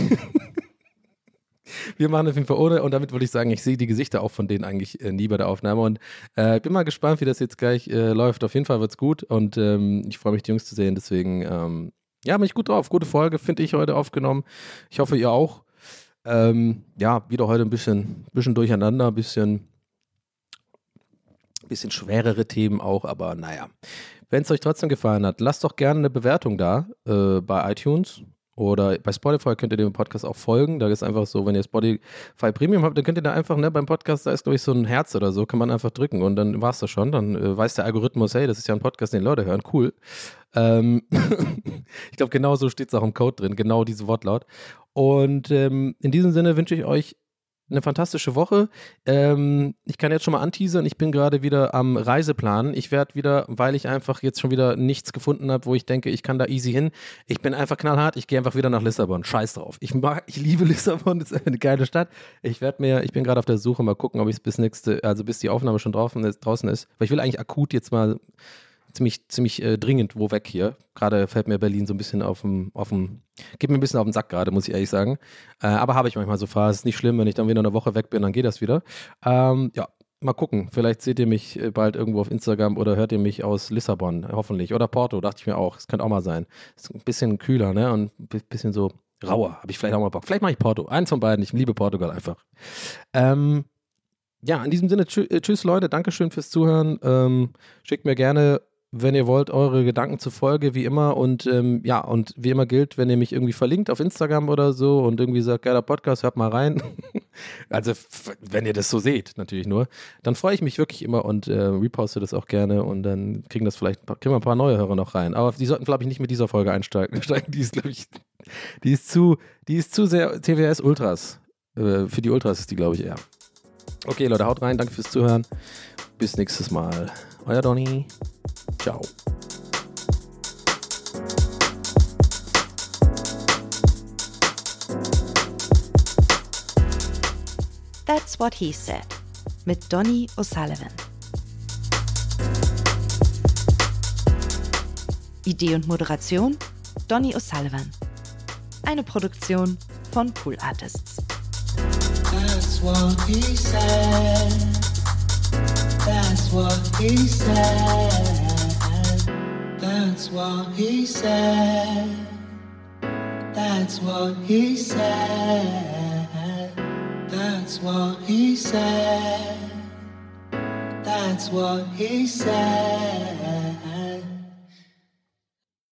Wir machen auf jeden Fall ohne und damit würde ich sagen, ich sehe die Gesichter auch von denen eigentlich nie bei der Aufnahme und ich bin mal gespannt, wie das jetzt gleich läuft. Auf jeden Fall wird es gut und ich freue mich, die Jungs zu sehen, deswegen bin ich gut drauf. Gute Folge, finde ich, heute aufgenommen. Ich hoffe, ihr auch. Wieder heute ein bisschen durcheinander, ein bisschen schwerere Themen auch, aber naja. Wenn es euch trotzdem gefallen hat, lasst doch gerne eine Bewertung da bei iTunes. Oder bei Spotify könnt ihr dem Podcast auch folgen. Da ist einfach so, wenn ihr Spotify Premium habt, dann könnt ihr da einfach, beim Podcast, da ist glaube ich so ein Herz oder so, kann man einfach drücken und dann war es das schon. Dann weiß der Algorithmus, hey, das ist ja ein Podcast, den Leute hören, cool. Ich glaube, genau so steht es auch im Code drin, genau diese Wortlaut. Und in diesem Sinne wünsche ich euch eine fantastische Woche. Ich kann jetzt schon mal anteasern, ich bin gerade wieder am Reiseplan. Ich werde wieder, weil ich einfach jetzt schon wieder nichts gefunden habe, wo ich denke, ich kann da easy hin. Ich bin einfach knallhart, ich gehe einfach wieder nach Lissabon. Scheiß drauf. Ich liebe Lissabon, das ist eine geile Stadt. Ich bin gerade auf der Suche, mal gucken, ob ich es bis die Aufnahme schon draußen ist. Weil ich will eigentlich akut jetzt mal ziemlich dringend wo weg hier. Gerade fällt mir Berlin so ein bisschen geht mir ein bisschen auf den Sack gerade, muss ich ehrlich sagen. Aber habe ich manchmal so Phasen. Ist nicht schlimm, wenn ich dann wieder eine Woche weg bin, dann geht das wieder. Mal gucken. Vielleicht seht ihr mich bald irgendwo auf Instagram oder hört ihr mich aus Lissabon, hoffentlich. Oder Porto, dachte ich mir auch. Das könnte auch mal sein. Ist ein bisschen kühler, ne? Und ein bisschen so rauer. Habe ich vielleicht auch mal Bock. Vielleicht mache ich Porto. Eins von beiden. Ich liebe Portugal einfach. In diesem Sinne, tschüss Leute. Dankeschön fürs Zuhören. Schickt mir gerne, wenn ihr wollt, eure Gedanken zur Folge, wie immer. Und und wie immer gilt, wenn ihr mich irgendwie verlinkt auf Instagram oder so und irgendwie sagt, geiler Podcast, hört mal rein. Also, wenn ihr das so seht, natürlich nur, dann freue ich mich wirklich immer und reposte das auch gerne und dann kriegen wir ein paar neue Hörer noch rein. Aber die sollten, glaube ich, nicht mit dieser Folge einsteigen. Die ist, glaube ich, die ist zu sehr TWS Ultras. Für die Ultras ist die, glaube ich, eher. Okay, Leute, haut rein. Danke fürs Zuhören. Bis nächstes Mal. Euer Donny. Ciao. That's What He Said mit Donny O'Sullivan. Idee und Moderation Donny O'Sullivan. Eine Produktion von Pool Artists. That's what he said. That's what he said. That's what he said. That's what he said. That's what he said. That's what he said.